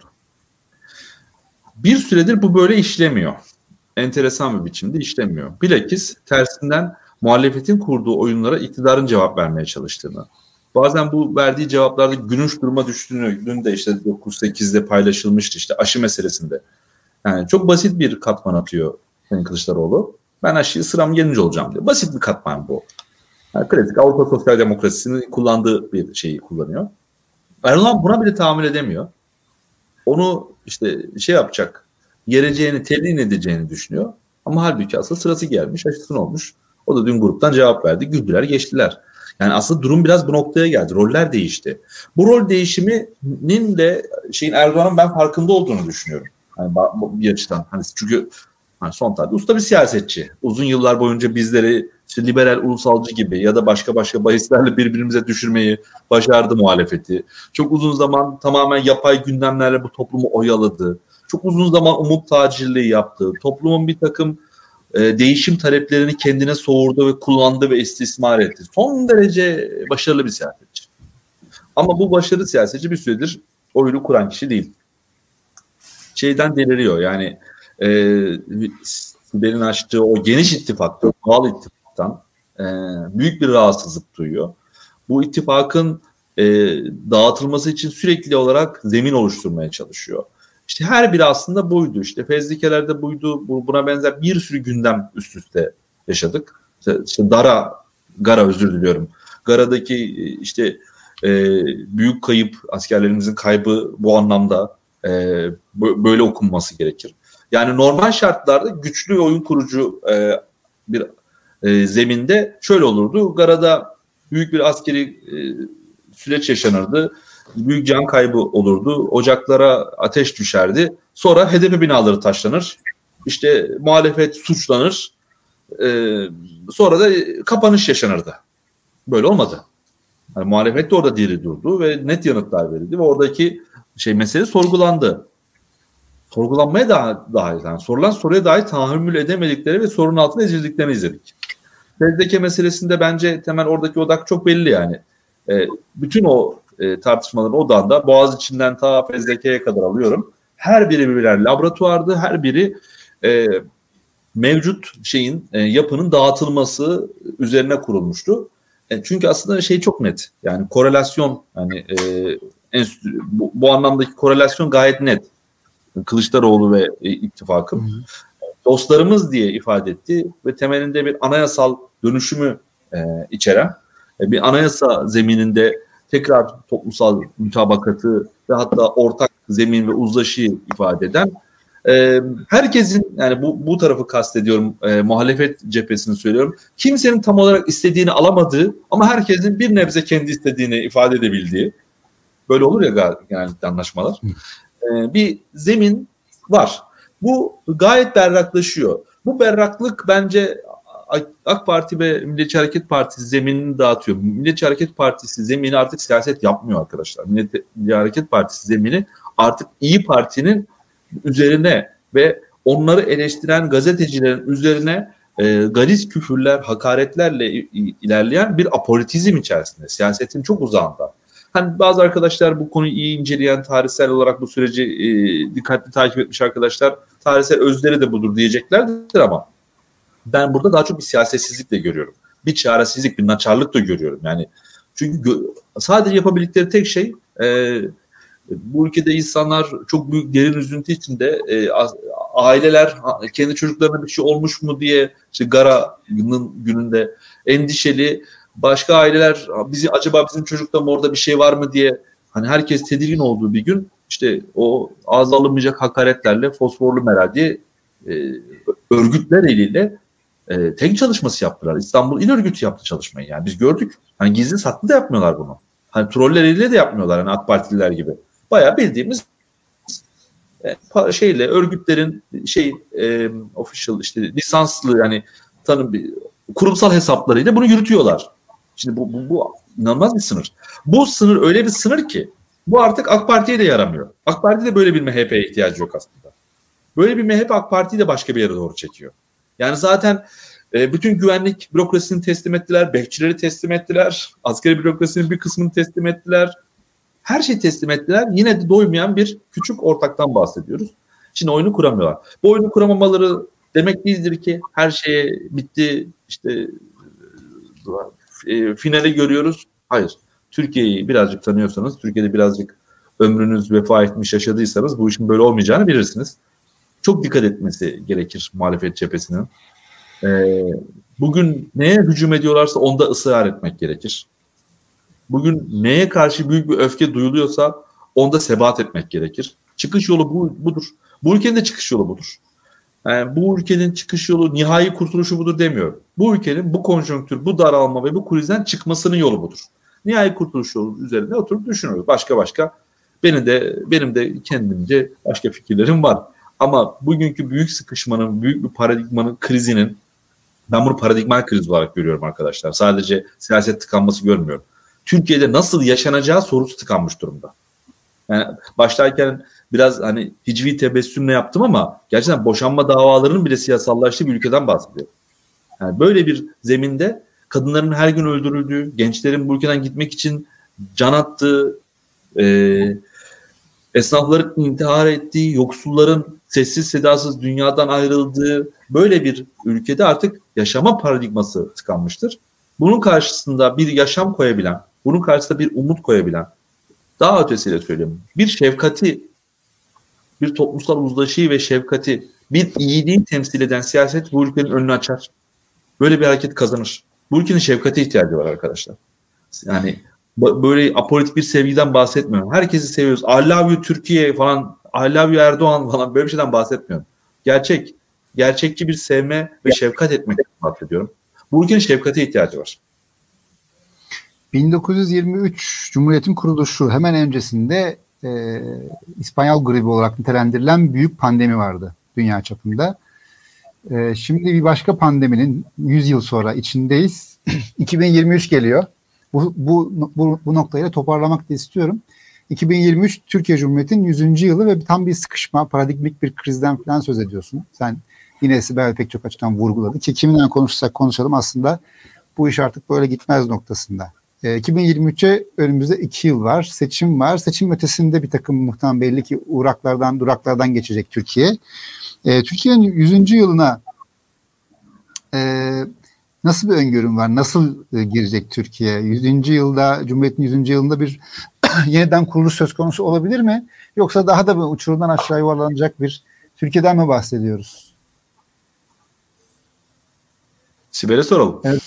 Bir süredir bu böyle işlemiyor. Enteresan bir biçimde işlemiyor. Bilakis tersinden muhalefetin kurduğu oyunlara iktidarın cevap vermeye çalıştığını, bazen bu verdiği cevaplarda gülünç duruma düştüğünü, dün de işte dokuz sekizde paylaşılmıştı işte aşı meselesinde. Yani çok basit bir katman atıyor Sayın Kılıçdaroğlu. Ben aşıyı sıram gelince olacağım diyor. Basit bir katman bu. Yani klasik Avrupa Sosyal Demokrasisi'nin kullandığı bir şeyi kullanıyor. Erdoğan buna bile tahammül edemiyor. Onu işte şey yapacak, yereceğini, telin edeceğini düşünüyor. Ama halbuki asıl sırası gelmiş, aşısın olmuş. O da dün gruptan cevap verdi. Güldüler, geçtiler. Yani aslında durum biraz bu noktaya geldi. Roller değişti. Bu rol değişiminin de şeyin Erdoğan'ın ben farkında olduğunu düşünüyorum. Yani bir açıdan. Hani çünkü hani son tabi usta bir siyasetçi. Uzun yıllar boyunca bizleri işte liberal ulusalcı gibi ya da başka başka bahislerle birbirimize düşürmeyi başardı muhalefeti. Çok uzun zaman tamamen yapay gündemlerle bu toplumu oyaladı. Çok uzun zaman umut tacirliği yaptı. Toplumun bir takım e, değişim taleplerini kendine soğurdu ve kullandı ve istismar etti. Son derece başarılı bir siyasetçi. Ama bu başarılı siyasetçi bir süredir oyunu kuran kişi değil. Şeyden deliriyor yani e, Sibel'in açtığı o geniş ittifakta, doğal ittifaktan e, büyük bir rahatsızlık duyuyor. Bu ittifakın e, dağıtılması için sürekli olarak zemin oluşturmaya çalışıyor. İşte her biri aslında buydu. İşte fezlekelerde buydu. Buna benzer bir sürü gündem üst üste yaşadık. İşte, işte Dara, Gara özür diliyorum. Gara'daki işte e, büyük kayıp, askerlerimizin kaybı bu anlamda e, böyle okunması gerekir. Yani normal şartlarda güçlü oyun kurucu e, bir e, zeminde şöyle olurdu. Gara'da büyük bir askeri e, süreç yaşanırdı. Büyük can kaybı olurdu. Ocaklara ateş düşerdi. Sonra H D P binaları taşlanır. İşte muhalefet suçlanır. E, sonra da kapanış yaşanırdı. Böyle olmadı. Yani muhalefet de orada diri durdu ve net yanıtlar verildi ve oradaki şey mesele sorgulandı. Sorgulanmaya daha daha yani sorulan soruya dahi tahammül edemedikleri ve sorunun altına ezildiklerini izledik. Fezleke meselesinde bence temel oradaki odak çok belli yani. E, bütün o e, tartışmaların odağında Boğaziçi'nden ta fezlekeye kadar alıyorum. Her biri birer laboratuvardı. Her biri e, mevcut şeyin e, yapının dağıtılması üzerine kurulmuştu. E, çünkü aslında şey çok net. Yani korelasyon yani e, enstitü, bu, bu anlamdaki korelasyon gayet net. Kılıçdaroğlu ve e, ittifakım. Hı hı. Dostlarımız diye ifade etti ve temelinde bir anayasal dönüşümü e, içeren e, bir anayasa zemininde tekrar toplumsal mutabakatı ve hatta ortak zemin ve uzlaşıyı ifade eden e, herkesin yani bu bu tarafı kastediyorum e, muhalefet cephesini söylüyorum. Kimsenin tam olarak istediğini alamadığı ama herkesin bir nebze kendi istediğini ifade edebildiği böyle olur ya genellikle anlaşmalar. E, bir zemin var. Bu gayet berraklaşıyor. Bu berraklık bence AK Parti ve Milliyetçi Hareket Partisi zeminini dağıtıyor. Milliyetçi Hareket Partisi zemini artık siyaset yapmıyor arkadaşlar. Milliyetçi Hareket Partisi zemini artık İyi Parti'nin üzerine ve onları eleştiren gazetecilerin üzerine e, galiz küfürler, hakaretlerle ilerleyen bir apolitizm içerisinde. Siyasetin çok uzağında. Hani bazı arkadaşlar bu konuyu iyi inceleyen, tarihsel olarak bu süreci e, dikkatli takip etmiş arkadaşlar tarihsel özleri de budur diyeceklerdir ama ben burada daha çok bir siyasetsizlik de görüyorum. Bir çaresizlik, bir naçarlık da görüyorum. Yani çünkü gö- sadece yapabildikleri tek şey e, bu ülkede insanlar çok büyük derin üzüntü içinde e, aileler kendi çocuklarına bir şey olmuş mu diye işte Gara'nın gününde endişeli. Başka aileler bizi acaba bizim çocukta mı orada bir şey var mı diye hani herkes tedirgin olduğu bir gün işte o ağza alınmayacak hakaretlerle fosforlu Meral diye e, örgütler eliyle e, tek çalışması yaptılar. İstanbul İl Örgütü yaptı çalışmayı yani biz gördük. Hani gizli saklı da yapmıyorlar bunu. Hani troller eliyle de yapmıyorlar hani AK Partililer gibi. Bayağı bildiğimiz e, şeyle örgütlerin şey e, official işte lisanslı yani tanım kurumsal hesaplarıyla bunu yürütüyorlar. Şimdi bu, bu, bu inanılmaz bir sınır. Bu sınır öyle bir sınır ki Bu artık AK Parti'ye de yaramıyor. AK Parti'de böyle bir M H P'ye ihtiyacı yok aslında. Böyle bir M H P AK Parti'yi de başka bir yere doğru çekiyor. Yani zaten e, bütün güvenlik bürokrasisini teslim ettiler, bekçileri teslim ettiler, askeri bürokrasinin bir kısmını teslim ettiler. Her şeyi teslim ettiler. Yine de doymayan bir küçük ortaktan bahsediyoruz. Şimdi oyunu kuramıyorlar. Bu oyunu kuramamaları demek değildir ki her şeye bitti, işte e, finali görüyoruz. Hayır. Türkiye'yi birazcık tanıyorsanız, Türkiye'de birazcık ömrünüz vefa etmiş yaşadıysanız bu işin böyle olmayacağını bilirsiniz. Çok dikkat etmesi gerekir muhalefet cephesinin. Ee, bugün neye hücum ediyorlarsa onda ısrar etmek gerekir. Bugün neye karşı büyük bir öfke duyuluyorsa onda sebat etmek gerekir. Çıkış yolu bu, budur. Bu ülkenin de çıkış yolu budur. Yani bu ülkenin çıkış yolu, nihai kurtuluşu budur demiyorum. Bu ülkenin bu konjonktür, bu daralma ve bu krizden çıkmasının yolu budur. Nihai kurtuluş yolu üzerinde oturup düşünüyoruz. Başka başka benim de benim de kendimce başka fikirlerim var. Ama bugünkü büyük sıkışmanın, büyük bir paradigmanın krizinin, ben bunu paradigmal kriz olarak görüyorum arkadaşlar. Sadece siyaset tıkanması görmüyorum. Türkiye'de nasıl yaşanacağı sorusu tıkanmış durumda. Yani başlarken biraz hani hicvi tebessümle yaptım ama gerçekten boşanma davalarının bile siyasallaştığı bir ülkeden bahsediyorum. Yani böyle bir zeminde kadınların her gün öldürüldüğü, gençlerin bu ülkeden gitmek için can attığı, e, esnafların intihar ettiği, yoksulların sessiz sedasız dünyadan ayrıldığı böyle bir ülkede artık yaşama paradigması tıkanmıştır. Bunun karşısında bir yaşam koyabilen, bunun karşısında bir umut koyabilen, daha ötesiyle söyleyeyim, bir şefkati, bir toplumsal uzlaşıyı ve şefkati, bir iyiliği temsil eden siyaset bu ülkenin önünü açar. Böyle bir hareket kazanır. Bu ülkenin şefkate ihtiyacı var arkadaşlar. Yani böyle apolitik bir sevgiden bahsetmiyorum. Herkesi seviyoruz. I love you Türkiye falan, I love you Erdoğan falan, böyle bir şeyden bahsetmiyorum. Gerçek, gerçekçi bir sevme ve şefkat etmekten bahsediyorum. Bu ülkenin şefkate ihtiyacı var. bin dokuz yüz yirmi üç Cumhuriyet'in kuruluşu hemen öncesinde e, İspanyol gribi olarak nitelendirilen büyük pandemi vardı dünya çapında. E, şimdi bir başka pandeminin yüz yıl sonra içindeyiz. iki bin yirmi üç geliyor. Bu, bu, bu, bu noktayı da toparlamak da istiyorum. iki bin yirmi üç Türkiye Cumhuriyeti'nin yüzüncü yılı ve tam bir sıkışma, paradigmik bir krizden falan söz ediyorsun. Sen yine Sibel pek çok açıdan vurguladı ki kiminle konuşsak konuşalım aslında bu iş artık böyle gitmez noktasında. E, iki bin yirmi üçe önümüzde iki yıl var. Seçim var. Seçim ötesinde bir takım muhtemelen belli ki uğraklardan, duraklardan geçecek Türkiye. E, Türkiye'nin yüzüncü yılına e, nasıl bir öngörüm var? Nasıl e, girecek Türkiye? yüzüncü yılda, Cumhuriyet'in yüzüncü yılında bir yeniden kuruluş söz konusu olabilir mi? Yoksa daha da bir uçurumdan aşağı yuvarlanacak bir Türkiye'den mi bahsediyoruz? Sibel'e soralım. Evet.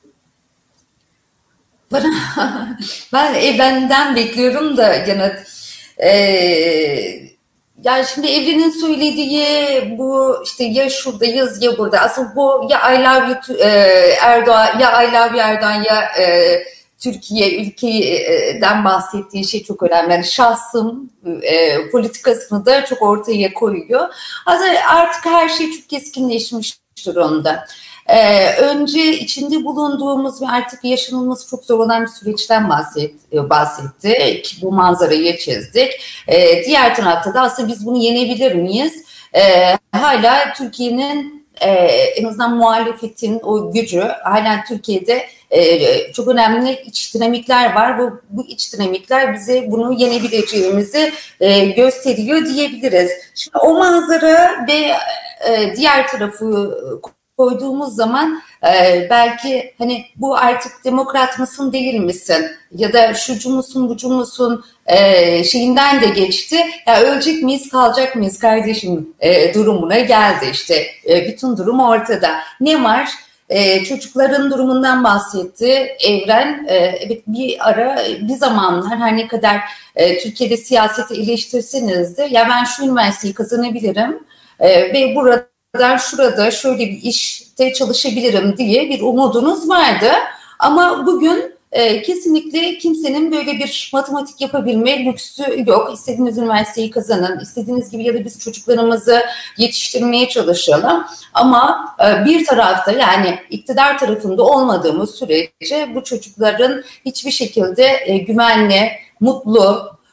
Ben Evren'den bekliyorum da yanıt. Ee, yani şimdi Evren'in söylediği bu işte ya şuradayız ya burada. Aslında bu ya I love you e, Erdoğan, ya I love you Erdoğan, ya e, Türkiye ülkeden bahsettiği şey çok önemli. Yani şahsım e, politikasını da çok ortaya koyuyor. Artık her şey çok keskinleşmiş durumda. Ee, önce içinde bulunduğumuz ve artık yaşanılması çok zor olan bir süreçten bahset, bahsettik. Bu manzarayı çizdik. Ee, diğer tarafta da aslında biz bunu yenebilir miyiz? Ee, hala Türkiye'nin e, en azından muhalefetin o gücü, hala Türkiye'de e, çok önemli iç dinamikler var. Bu, bu iç dinamikler bize bunu yenebileceğimizi e, gösteriyor diyebiliriz. Şimdi o manzara ve e, diğer tarafı koyduğumuz zaman e, belki hani bu artık demokrat mısın değil misin ya da şucu musun bucu musun e, şeyinden de geçti. Ya ölecek miyiz kalacak mıyız kardeşim e, durumuna geldi işte. E, bütün durum ortada. Ne var? Ee, çocukların durumundan bahsetti Evren. Ee, evet bir ara bir zamanlar her ne kadar e, Türkiye'de siyaseti eleştirseniz de ya ben şu üniversiteyi kazanabilirim e, ve burada şurada şöyle bir işte çalışabilirim diye bir umudunuz vardı. Ama bugün e, kesinlikle kimsenin böyle bir matematik yapabilme lüksü yok. İstediğiniz üniversiteyi kazanın, istediğiniz gibi ya da biz çocuklarımızı yetiştirmeye çalışalım. Ama e, bir tarafta yani iktidar tarafında olmadığımız sürece bu çocukların hiçbir şekilde e, güvenli, mutlu,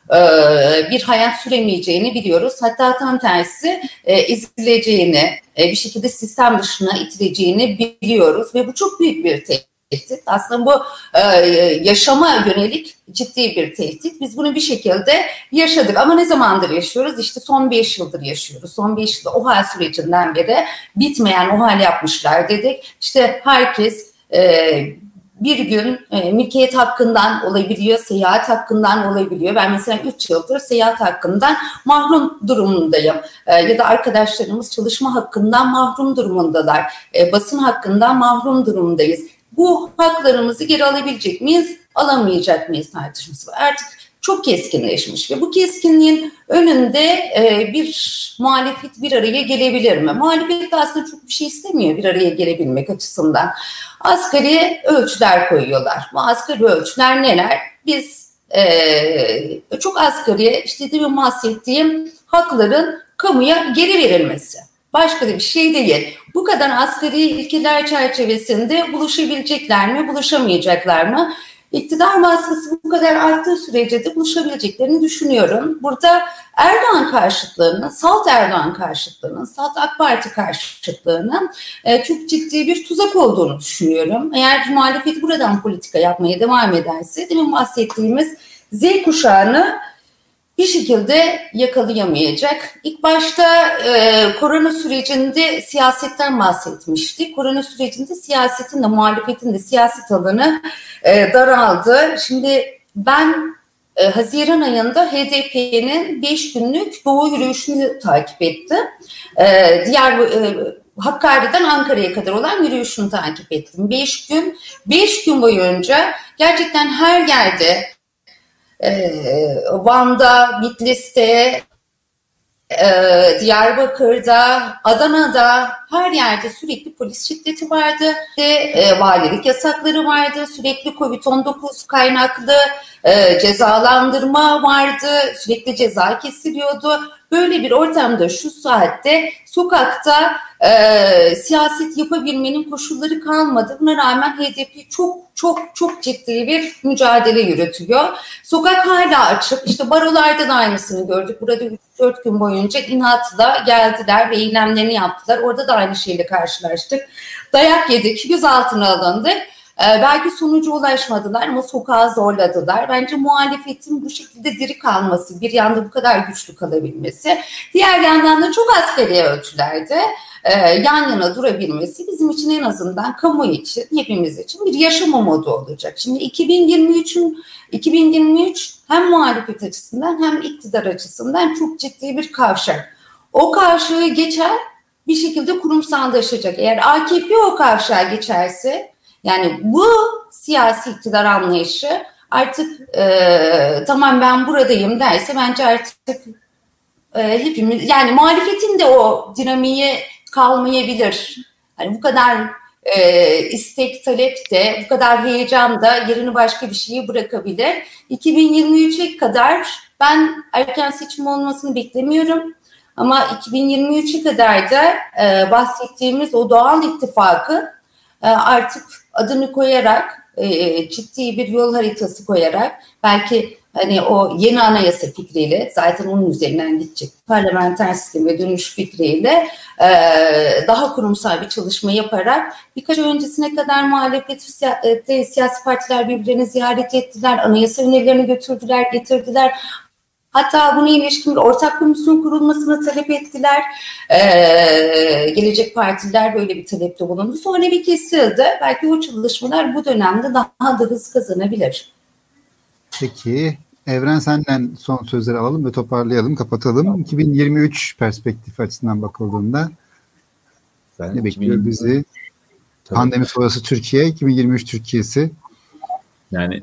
bir hayat süremeyeceğini biliyoruz. Hatta tam tersi ezileceğini, bir şekilde sistem dışına itileceğini biliyoruz ve bu çok büyük bir tehdit. Aslında bu yaşama yönelik ciddi bir tehdit. Biz bunu bir şekilde yaşadık ama ne zamandır yaşıyoruz? İşte son beş yıldır yaşıyoruz. Son beş yılda O H A L sürecinden beri bitmeyen O H A L yapmışlar dedik. İşte herkes bir gün e, mülkiyet hakkından olabiliyor, seyahat hakkından olabiliyor. Ben mesela üç yıldır seyahat hakkından mahrum durumundayım. E, ya da arkadaşlarımız çalışma hakkından mahrum durumundalar. E, basın hakkından mahrum durumundayız. Bu haklarımızı geri alabilecek miyiz, alamayacak mıyız tartışması var. Artık çok keskinleşmiş ve bu keskinliğin önünde e, bir muhalefet bir araya gelebilir mi? Muhalefet aslında çok bir şey istemiyor bir araya gelebilmek açısından. Asgari ölçüler koyuyorlar. Bu asgari ölçüler neler? Biz e, çok asgari, işte demin bahsettiğim hakların kamuya geri verilmesi. Başka da bir şey değil. Bu kadar asgari ilkeler çerçevesinde buluşabilecekler mi, buluşamayacaklar mı? İktidar baskısı bu kadar arttığı sürece de buluşabileceklerini düşünüyorum. Burada Erdoğan karşıtlığının, salt Erdoğan karşıtlığının, salt AK Parti karşıtlığının e, çok ciddi bir tuzak olduğunu düşünüyorum. Eğer muhalefet buradan politika yapmaya devam ederse, demin bahsettiğimiz Z kuşağını bir şekilde yakalayamayacak. İlk başta e, korona sürecinde siyasetten bahsetmiştik. Korona sürecinde siyasetin de muhalefetin de siyaset alanı e, daraldı. Şimdi ben e, Haziran ayında H D P'nin beş günlük Doğu yürüyüşünü takip ettim. E, diğer e, Hakkari'den Ankara'ya kadar olan yürüyüşünü takip ettim. Beş gün, beş gün boyunca gerçekten her yerde Van'da, Bitlis'te, Diyarbakır'da, Adana'da her yerde sürekli polis şiddeti vardı. Valilik yasakları vardı. Sürekli kovid on dokuz kaynaklı cezalandırma vardı. Sürekli ceza kesiliyordu. Böyle bir ortamda şu saatte sokakta e, siyaset yapabilmenin koşulları kalmadı. Buna rağmen H D P çok çok çok ciddi bir mücadele yürütüyor. Sokak hala açık. İşte barolarda da aynısını gördük. Burada üç dört gün boyunca inatla geldiler ve eylemlerini yaptılar. Orada da aynı şeyle karşılaştık. Dayak yedik, gözaltına alındık. Ee, belki sonuca ulaşmadılar ama sokağa zorladılar. Bence muhalefetin bu şekilde diri kalması, bir yanda bu kadar güçlü kalabilmesi, diğer yandan da çok asgari ölçülerde e, yan yana durabilmesi bizim için, en azından kamu için, hepimiz için bir yaşam umudu olacak. Şimdi iki bin yirmi üçün iki bin yirmi üç hem muhalefet açısından hem iktidar açısından çok ciddi bir kavşak. O kavşağı geçer, bir şekilde kurumsallaşacak. Eğer A K P o kavşağı geçerse, yani bu siyasi iktidar anlayışı artık e, tamam ben buradayım derse, bence artık e, hepimiz, yani muhalefetin de o dinamiği kalmayabilir. Yani bu kadar e, istek, talep de, bu kadar heyecan da yerini başka bir şeye bırakabilir. iki bin yirmi üçe kadar ben erken seçim olmasını beklemiyorum. Ama iki bin yirmi üçe kadar da e, bahsettiğimiz o doğal ittifakı artık adını koyarak, ciddi bir yol haritası koyarak, belki hani o yeni anayasa fikriyle, zaten onun üzerinden gidecek, parlamenter sisteme dönüş fikriyle daha kurumsal bir çalışma yaparak, birkaç öncesine kadar muhalefet siyasi partiler birbirlerini ziyaret ettiler, anayasa önerilerini götürdüler, getirdiler. Hatta buna ilişkin bir ortak komisyon kurulmasını talep ettiler. Ee, gelecek partiler böyle bir talepte bulundu. Sonra bir kesildi. Belki o çalışmalar bu dönemde daha da hız kazanabilir. Peki, Evren, senden son sözleri alalım ve toparlayalım, kapatalım. iki bin yirmi üç perspektif açısından bakıldığında ben ne bekliyor bizi? Tabii. Pandemi sonrası Türkiye, iki bin yirmi üç Türkiye'si. Yani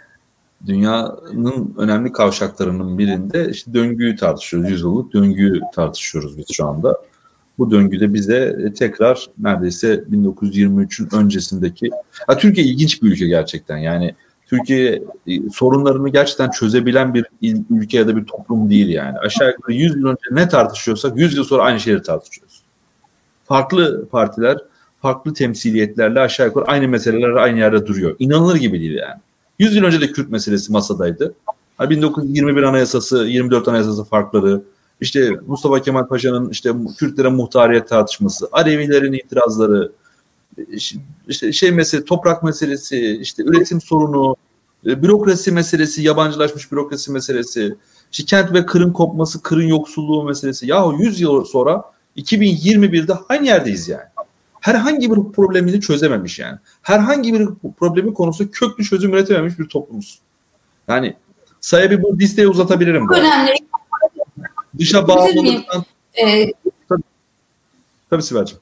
dünyanın önemli kavşaklarının birinde işte döngüyü tartışıyoruz. Yüz yıllık döngüyü tartışıyoruz biz şu anda. Bu döngüde bize tekrar neredeyse bin dokuz yüz yirmi üçün öncesindeki... Ha, Türkiye ilginç bir ülke gerçekten. Yani Türkiye sorunlarını gerçekten çözebilen bir ülke ya da bir toplum değil yani. Aşağı yukarı yüz yıl önce ne tartışıyorsak yüz yıl sonra aynı şeyleri tartışıyoruz. Farklı partiler, farklı temsiliyetlerle aşağı yukarı aynı meseleler aynı yerde duruyor. İnanılır gibi değil yani. yüz yıl önce de Kürt meselesi masadaydı. bin dokuz yüz yirmi bir Anayasası, yirmi dört Anayasası farkları, işte Mustafa Kemal Paşa'nın işte Kürtlere muhtariyet tartışması, Alevilerin itirazları, işte şey meselesi, toprak meselesi, işte üretim sorunu, bürokrasi meselesi, yabancılaşmış bürokrasi meselesi, işte kent ve kırın kopması, kırın yoksulluğu meselesi. Yahu yüz yıl sonra iki bin yirmi birde aynı yerdeyiz yani. Herhangi bir problemini çözememiş yani. Herhangi bir problemi konusu köklü çözüm üretememiş bir toplumuz. Yani sayı bu listeyi uzatabilirim. Önemli. Dışa bağımlılıktan... Ee, tabii, tabii Sibel'cim.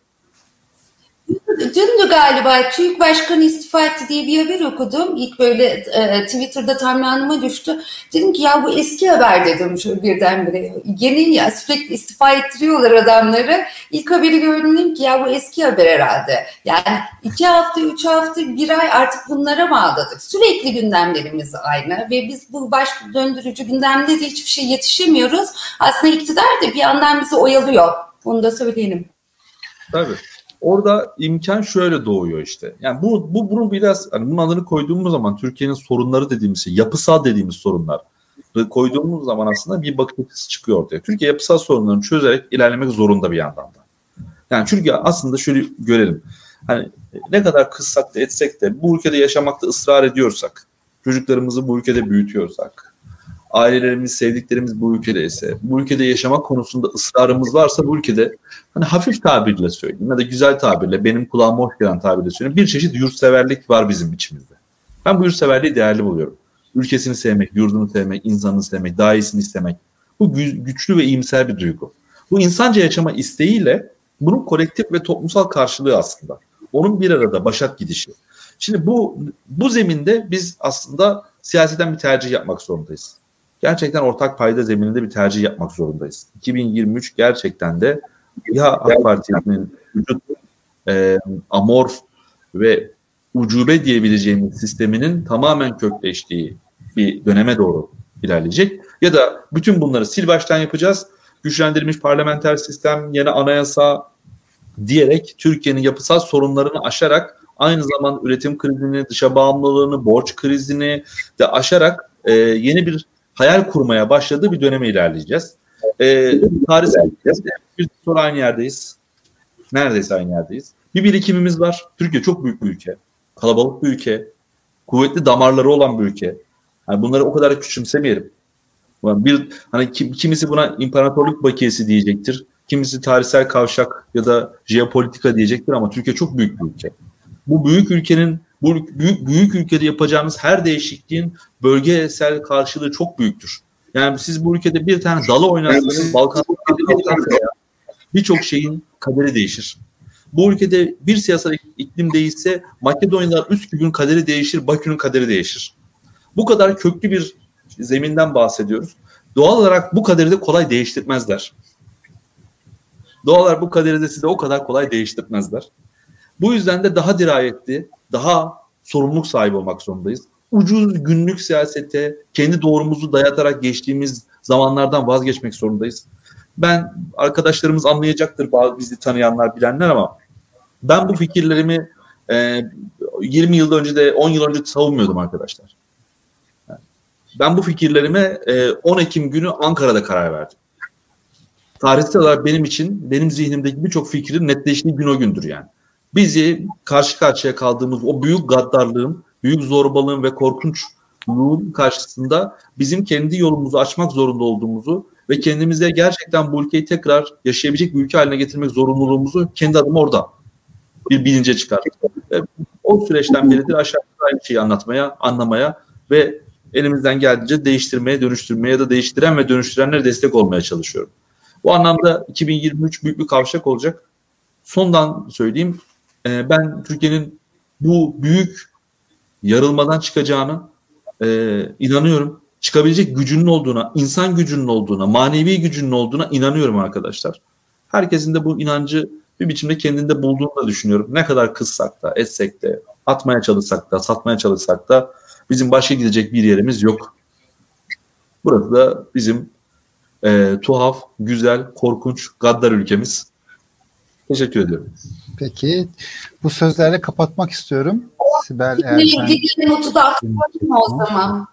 Dündü galiba TÜİK Başkanı istifa etti diye bir haber okudum. İlk böyle e, Twitter'da timelanıma düştü. Dedim ki ya bu eski haber dedim şöyle birdenbire. Yeni ya sürekli istifa ettiriyorlar adamları. İlk haberi gördüm dedim ki ya bu eski haber herhalde. Yani iki hafta, üç hafta, bir ay artık bunlara bağladık. Sürekli gündemlerimiz aynı ve biz bu baş döndürücü gündemde de hiçbir şey yetişemiyoruz. Aslında iktidar da bir yandan bizi oyalıyor. Onu da söyleyelim. Tabii. Orada imkan şöyle doğuyor işte. Yani bu bu bunu biraz hani bunun adını koyduğumuz zaman Türkiye'nin sorunları dediğimiz şey, yapısal dediğimiz sorunlar koyduğumuz zaman aslında bir bakış açısı çıkıyor ortaya. Türkiye yapısal sorunlarını çözerek ilerlemek zorunda bir yandan da. Yani çünkü aslında şöyle görelim. Hani ne kadar kızsak da etsek de bu ülkede yaşamakta ısrar ediyorsak, çocuklarımızı bu ülkede büyütüyorsak, ailelerimiz, sevdiklerimiz bu ülkede ise, bu ülkede yaşamak konusunda ısrarımız varsa bu ülkede hani hafif tabirle söyleyeyim ya da güzel tabirle, benim kulağıma hoş gelen tabirle söyleyeyim, bir çeşit yurtseverlik var bizim içimizde. Ben bu yurtseverliği değerli buluyorum. Ülkesini sevmek, yurdunu sevmek, insanını sevmek, daha iyisini istemek. Bu güçlü ve iyimser bir duygu. Bu insanca yaşama isteğiyle bunun kolektif ve toplumsal karşılığı aslında. Onun bir arada başat gidişi. Şimdi bu bu zeminde biz aslında siyaseten bir tercih yapmak zorundayız. Gerçekten ortak payda zemininde bir tercih yapmak zorundayız. iki bin yirmi üç gerçekten de ya AK Parti'nin vücut e, amorf ve ucube diyebileceğimiz sisteminin tamamen kökleştiği bir döneme doğru ilerleyecek. Ya da bütün bunları sil baştan yapacağız. Güçlendirilmiş parlamenter sistem, yeni anayasa diyerek Türkiye'nin yapısal sorunlarını aşarak aynı zaman üretim krizini, dışa bağımlılığını, borç krizini de aşarak e, yeni bir hayal kurmaya başladığı bir döneme ilerleyeceğiz. Ee, tarihsel bir sonra aynı yerdeyiz. Neredeyse aynı yerdeyiz. Bir birikimimiz var. Türkiye çok büyük bir ülke. Kalabalık bir ülke. Kuvvetli damarları olan bir ülke. Yani bunları o kadar küçümsemeyelim. Bir hani kimisi buna imparatorluk bakiyesi diyecektir. Kimisi tarihsel kavşak ya da jeopolitika diyecektir ama Türkiye çok büyük bir ülke. Bu büyük ülkenin Bu büyük, büyük ülkede yapacağımız her değişikliğin bölgesel karşılığı çok büyüktür. Yani siz bu ülkede bir tane dalı oynarsanız Balkanlarda birçok şeyin kaderi değişir. Bu ülkede bir siyasal iklim değişse Makedonyalar Üsküp'ün kaderi değişir, Bakü'nün kaderi değişir. Bu kadar köklü bir zeminden bahsediyoruz. Doğal olarak bu kaderi de kolay değiştirmezler. Doğal olarak bu kaderi de size o kadar kolay değiştirmezler. Bu yüzden de daha dirayetli, daha sorumluluk sahibi olmak zorundayız. Ucuz günlük siyasete, kendi doğrumuzu dayatarak geçtiğimiz zamanlardan vazgeçmek zorundayız. Ben, arkadaşlarımız anlayacaktır, bazı bizi tanıyanlar, bilenler ama ben bu fikirlerimi e, yirmi yıl önce de on yıl önce savunmuyordum arkadaşlar. Ben bu fikirlerime e, on Ekim günü Ankara'da karar verdim. Tarihsel olarak benim için, benim zihnimdeki birçok fikrin netleştiği gün o gündür yani. Bizi karşı karşıya kaldığımız o büyük gaddarlığın, büyük zorbalığın ve korkunçluğun karşısında bizim kendi yolumuzu açmak zorunda olduğumuzu ve kendimize gerçekten bu ülkeyi tekrar yaşayabilecek bir ülke haline getirmek zorunluluğumuzu kendi adıma orada bir bilince çıkarttık. O süreçten beridir aşağıda aynı şeyi anlatmaya, anlamaya ve elimizden geldiğince değiştirmeye, dönüştürmeye ya da değiştiren ve dönüştürenlere destek olmaya çalışıyorum. Bu anlamda iki bin yirmi üç büyük bir kavşak olacak. Sondan söyleyeyim, ben Türkiye'nin bu büyük yarılmadan çıkacağını e, inanıyorum. Çıkabilecek gücünün olduğuna, insan gücünün olduğuna, manevi gücünün olduğuna inanıyorum arkadaşlar. Herkesin de bu inancı bir biçimde kendinde bulduğunu da düşünüyorum. Ne kadar kızsak da, etsek de, atmaya çalışsak da, satmaya çalışsak da bizim başka gidecek bir yerimiz yok. Burası da bizim e, tuhaf, güzel, korkunç, gaddar ülkemiz. Teşekkür ediyorum. Peki. Bu sözlerle kapatmak istiyorum. Sibel, eğer sen... Gidelim otuda o zaman.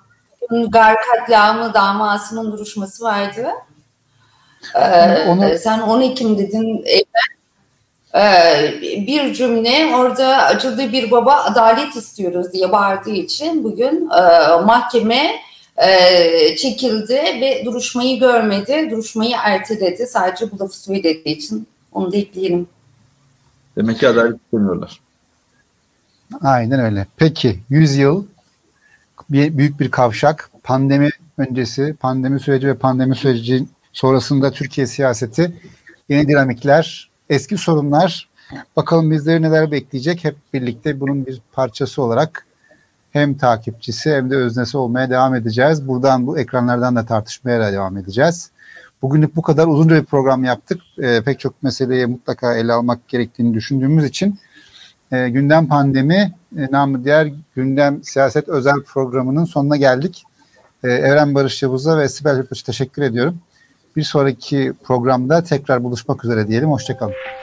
Bugün Gar katliamı davasının duruşması vardı. Ee, Onu... Sen on Ekim dedin. Ee, bir cümle orada acılı bir baba adalet istiyoruz diye bağırdığı için bugün e, mahkeme e, çekildi ve duruşmayı görmedi. Duruşmayı erteledi. Sadece bu lafı söylediği için onu da ekleyelim. Demek ki adalet istemiyorlar. Aynen öyle. Peki yüz yıl bir, büyük bir kavşak. Pandemi öncesi, pandemi süreci ve pandemi süreci sonrasında Türkiye siyaseti, yeni dinamikler, eski sorunlar. Bakalım bizleri neler bekleyecek. Hep birlikte bunun bir parçası olarak hem takipçisi hem de öznesi olmaya devam edeceğiz. Buradan bu ekranlardan da tartışmaya devam edeceğiz. Bugünlük bu kadar uzunca bir program yaptık. E, pek çok meseleye mutlaka ele almak gerektiğini düşündüğümüz için e, Gündem Pandemi, e, namı diğer Gündem Siyaset Özel programının sonuna geldik. E, Evren Barış Yavuz'a ve Sibel Hürtaş'a teşekkür ediyorum. Bir sonraki programda tekrar buluşmak üzere diyelim. Hoşça kalın.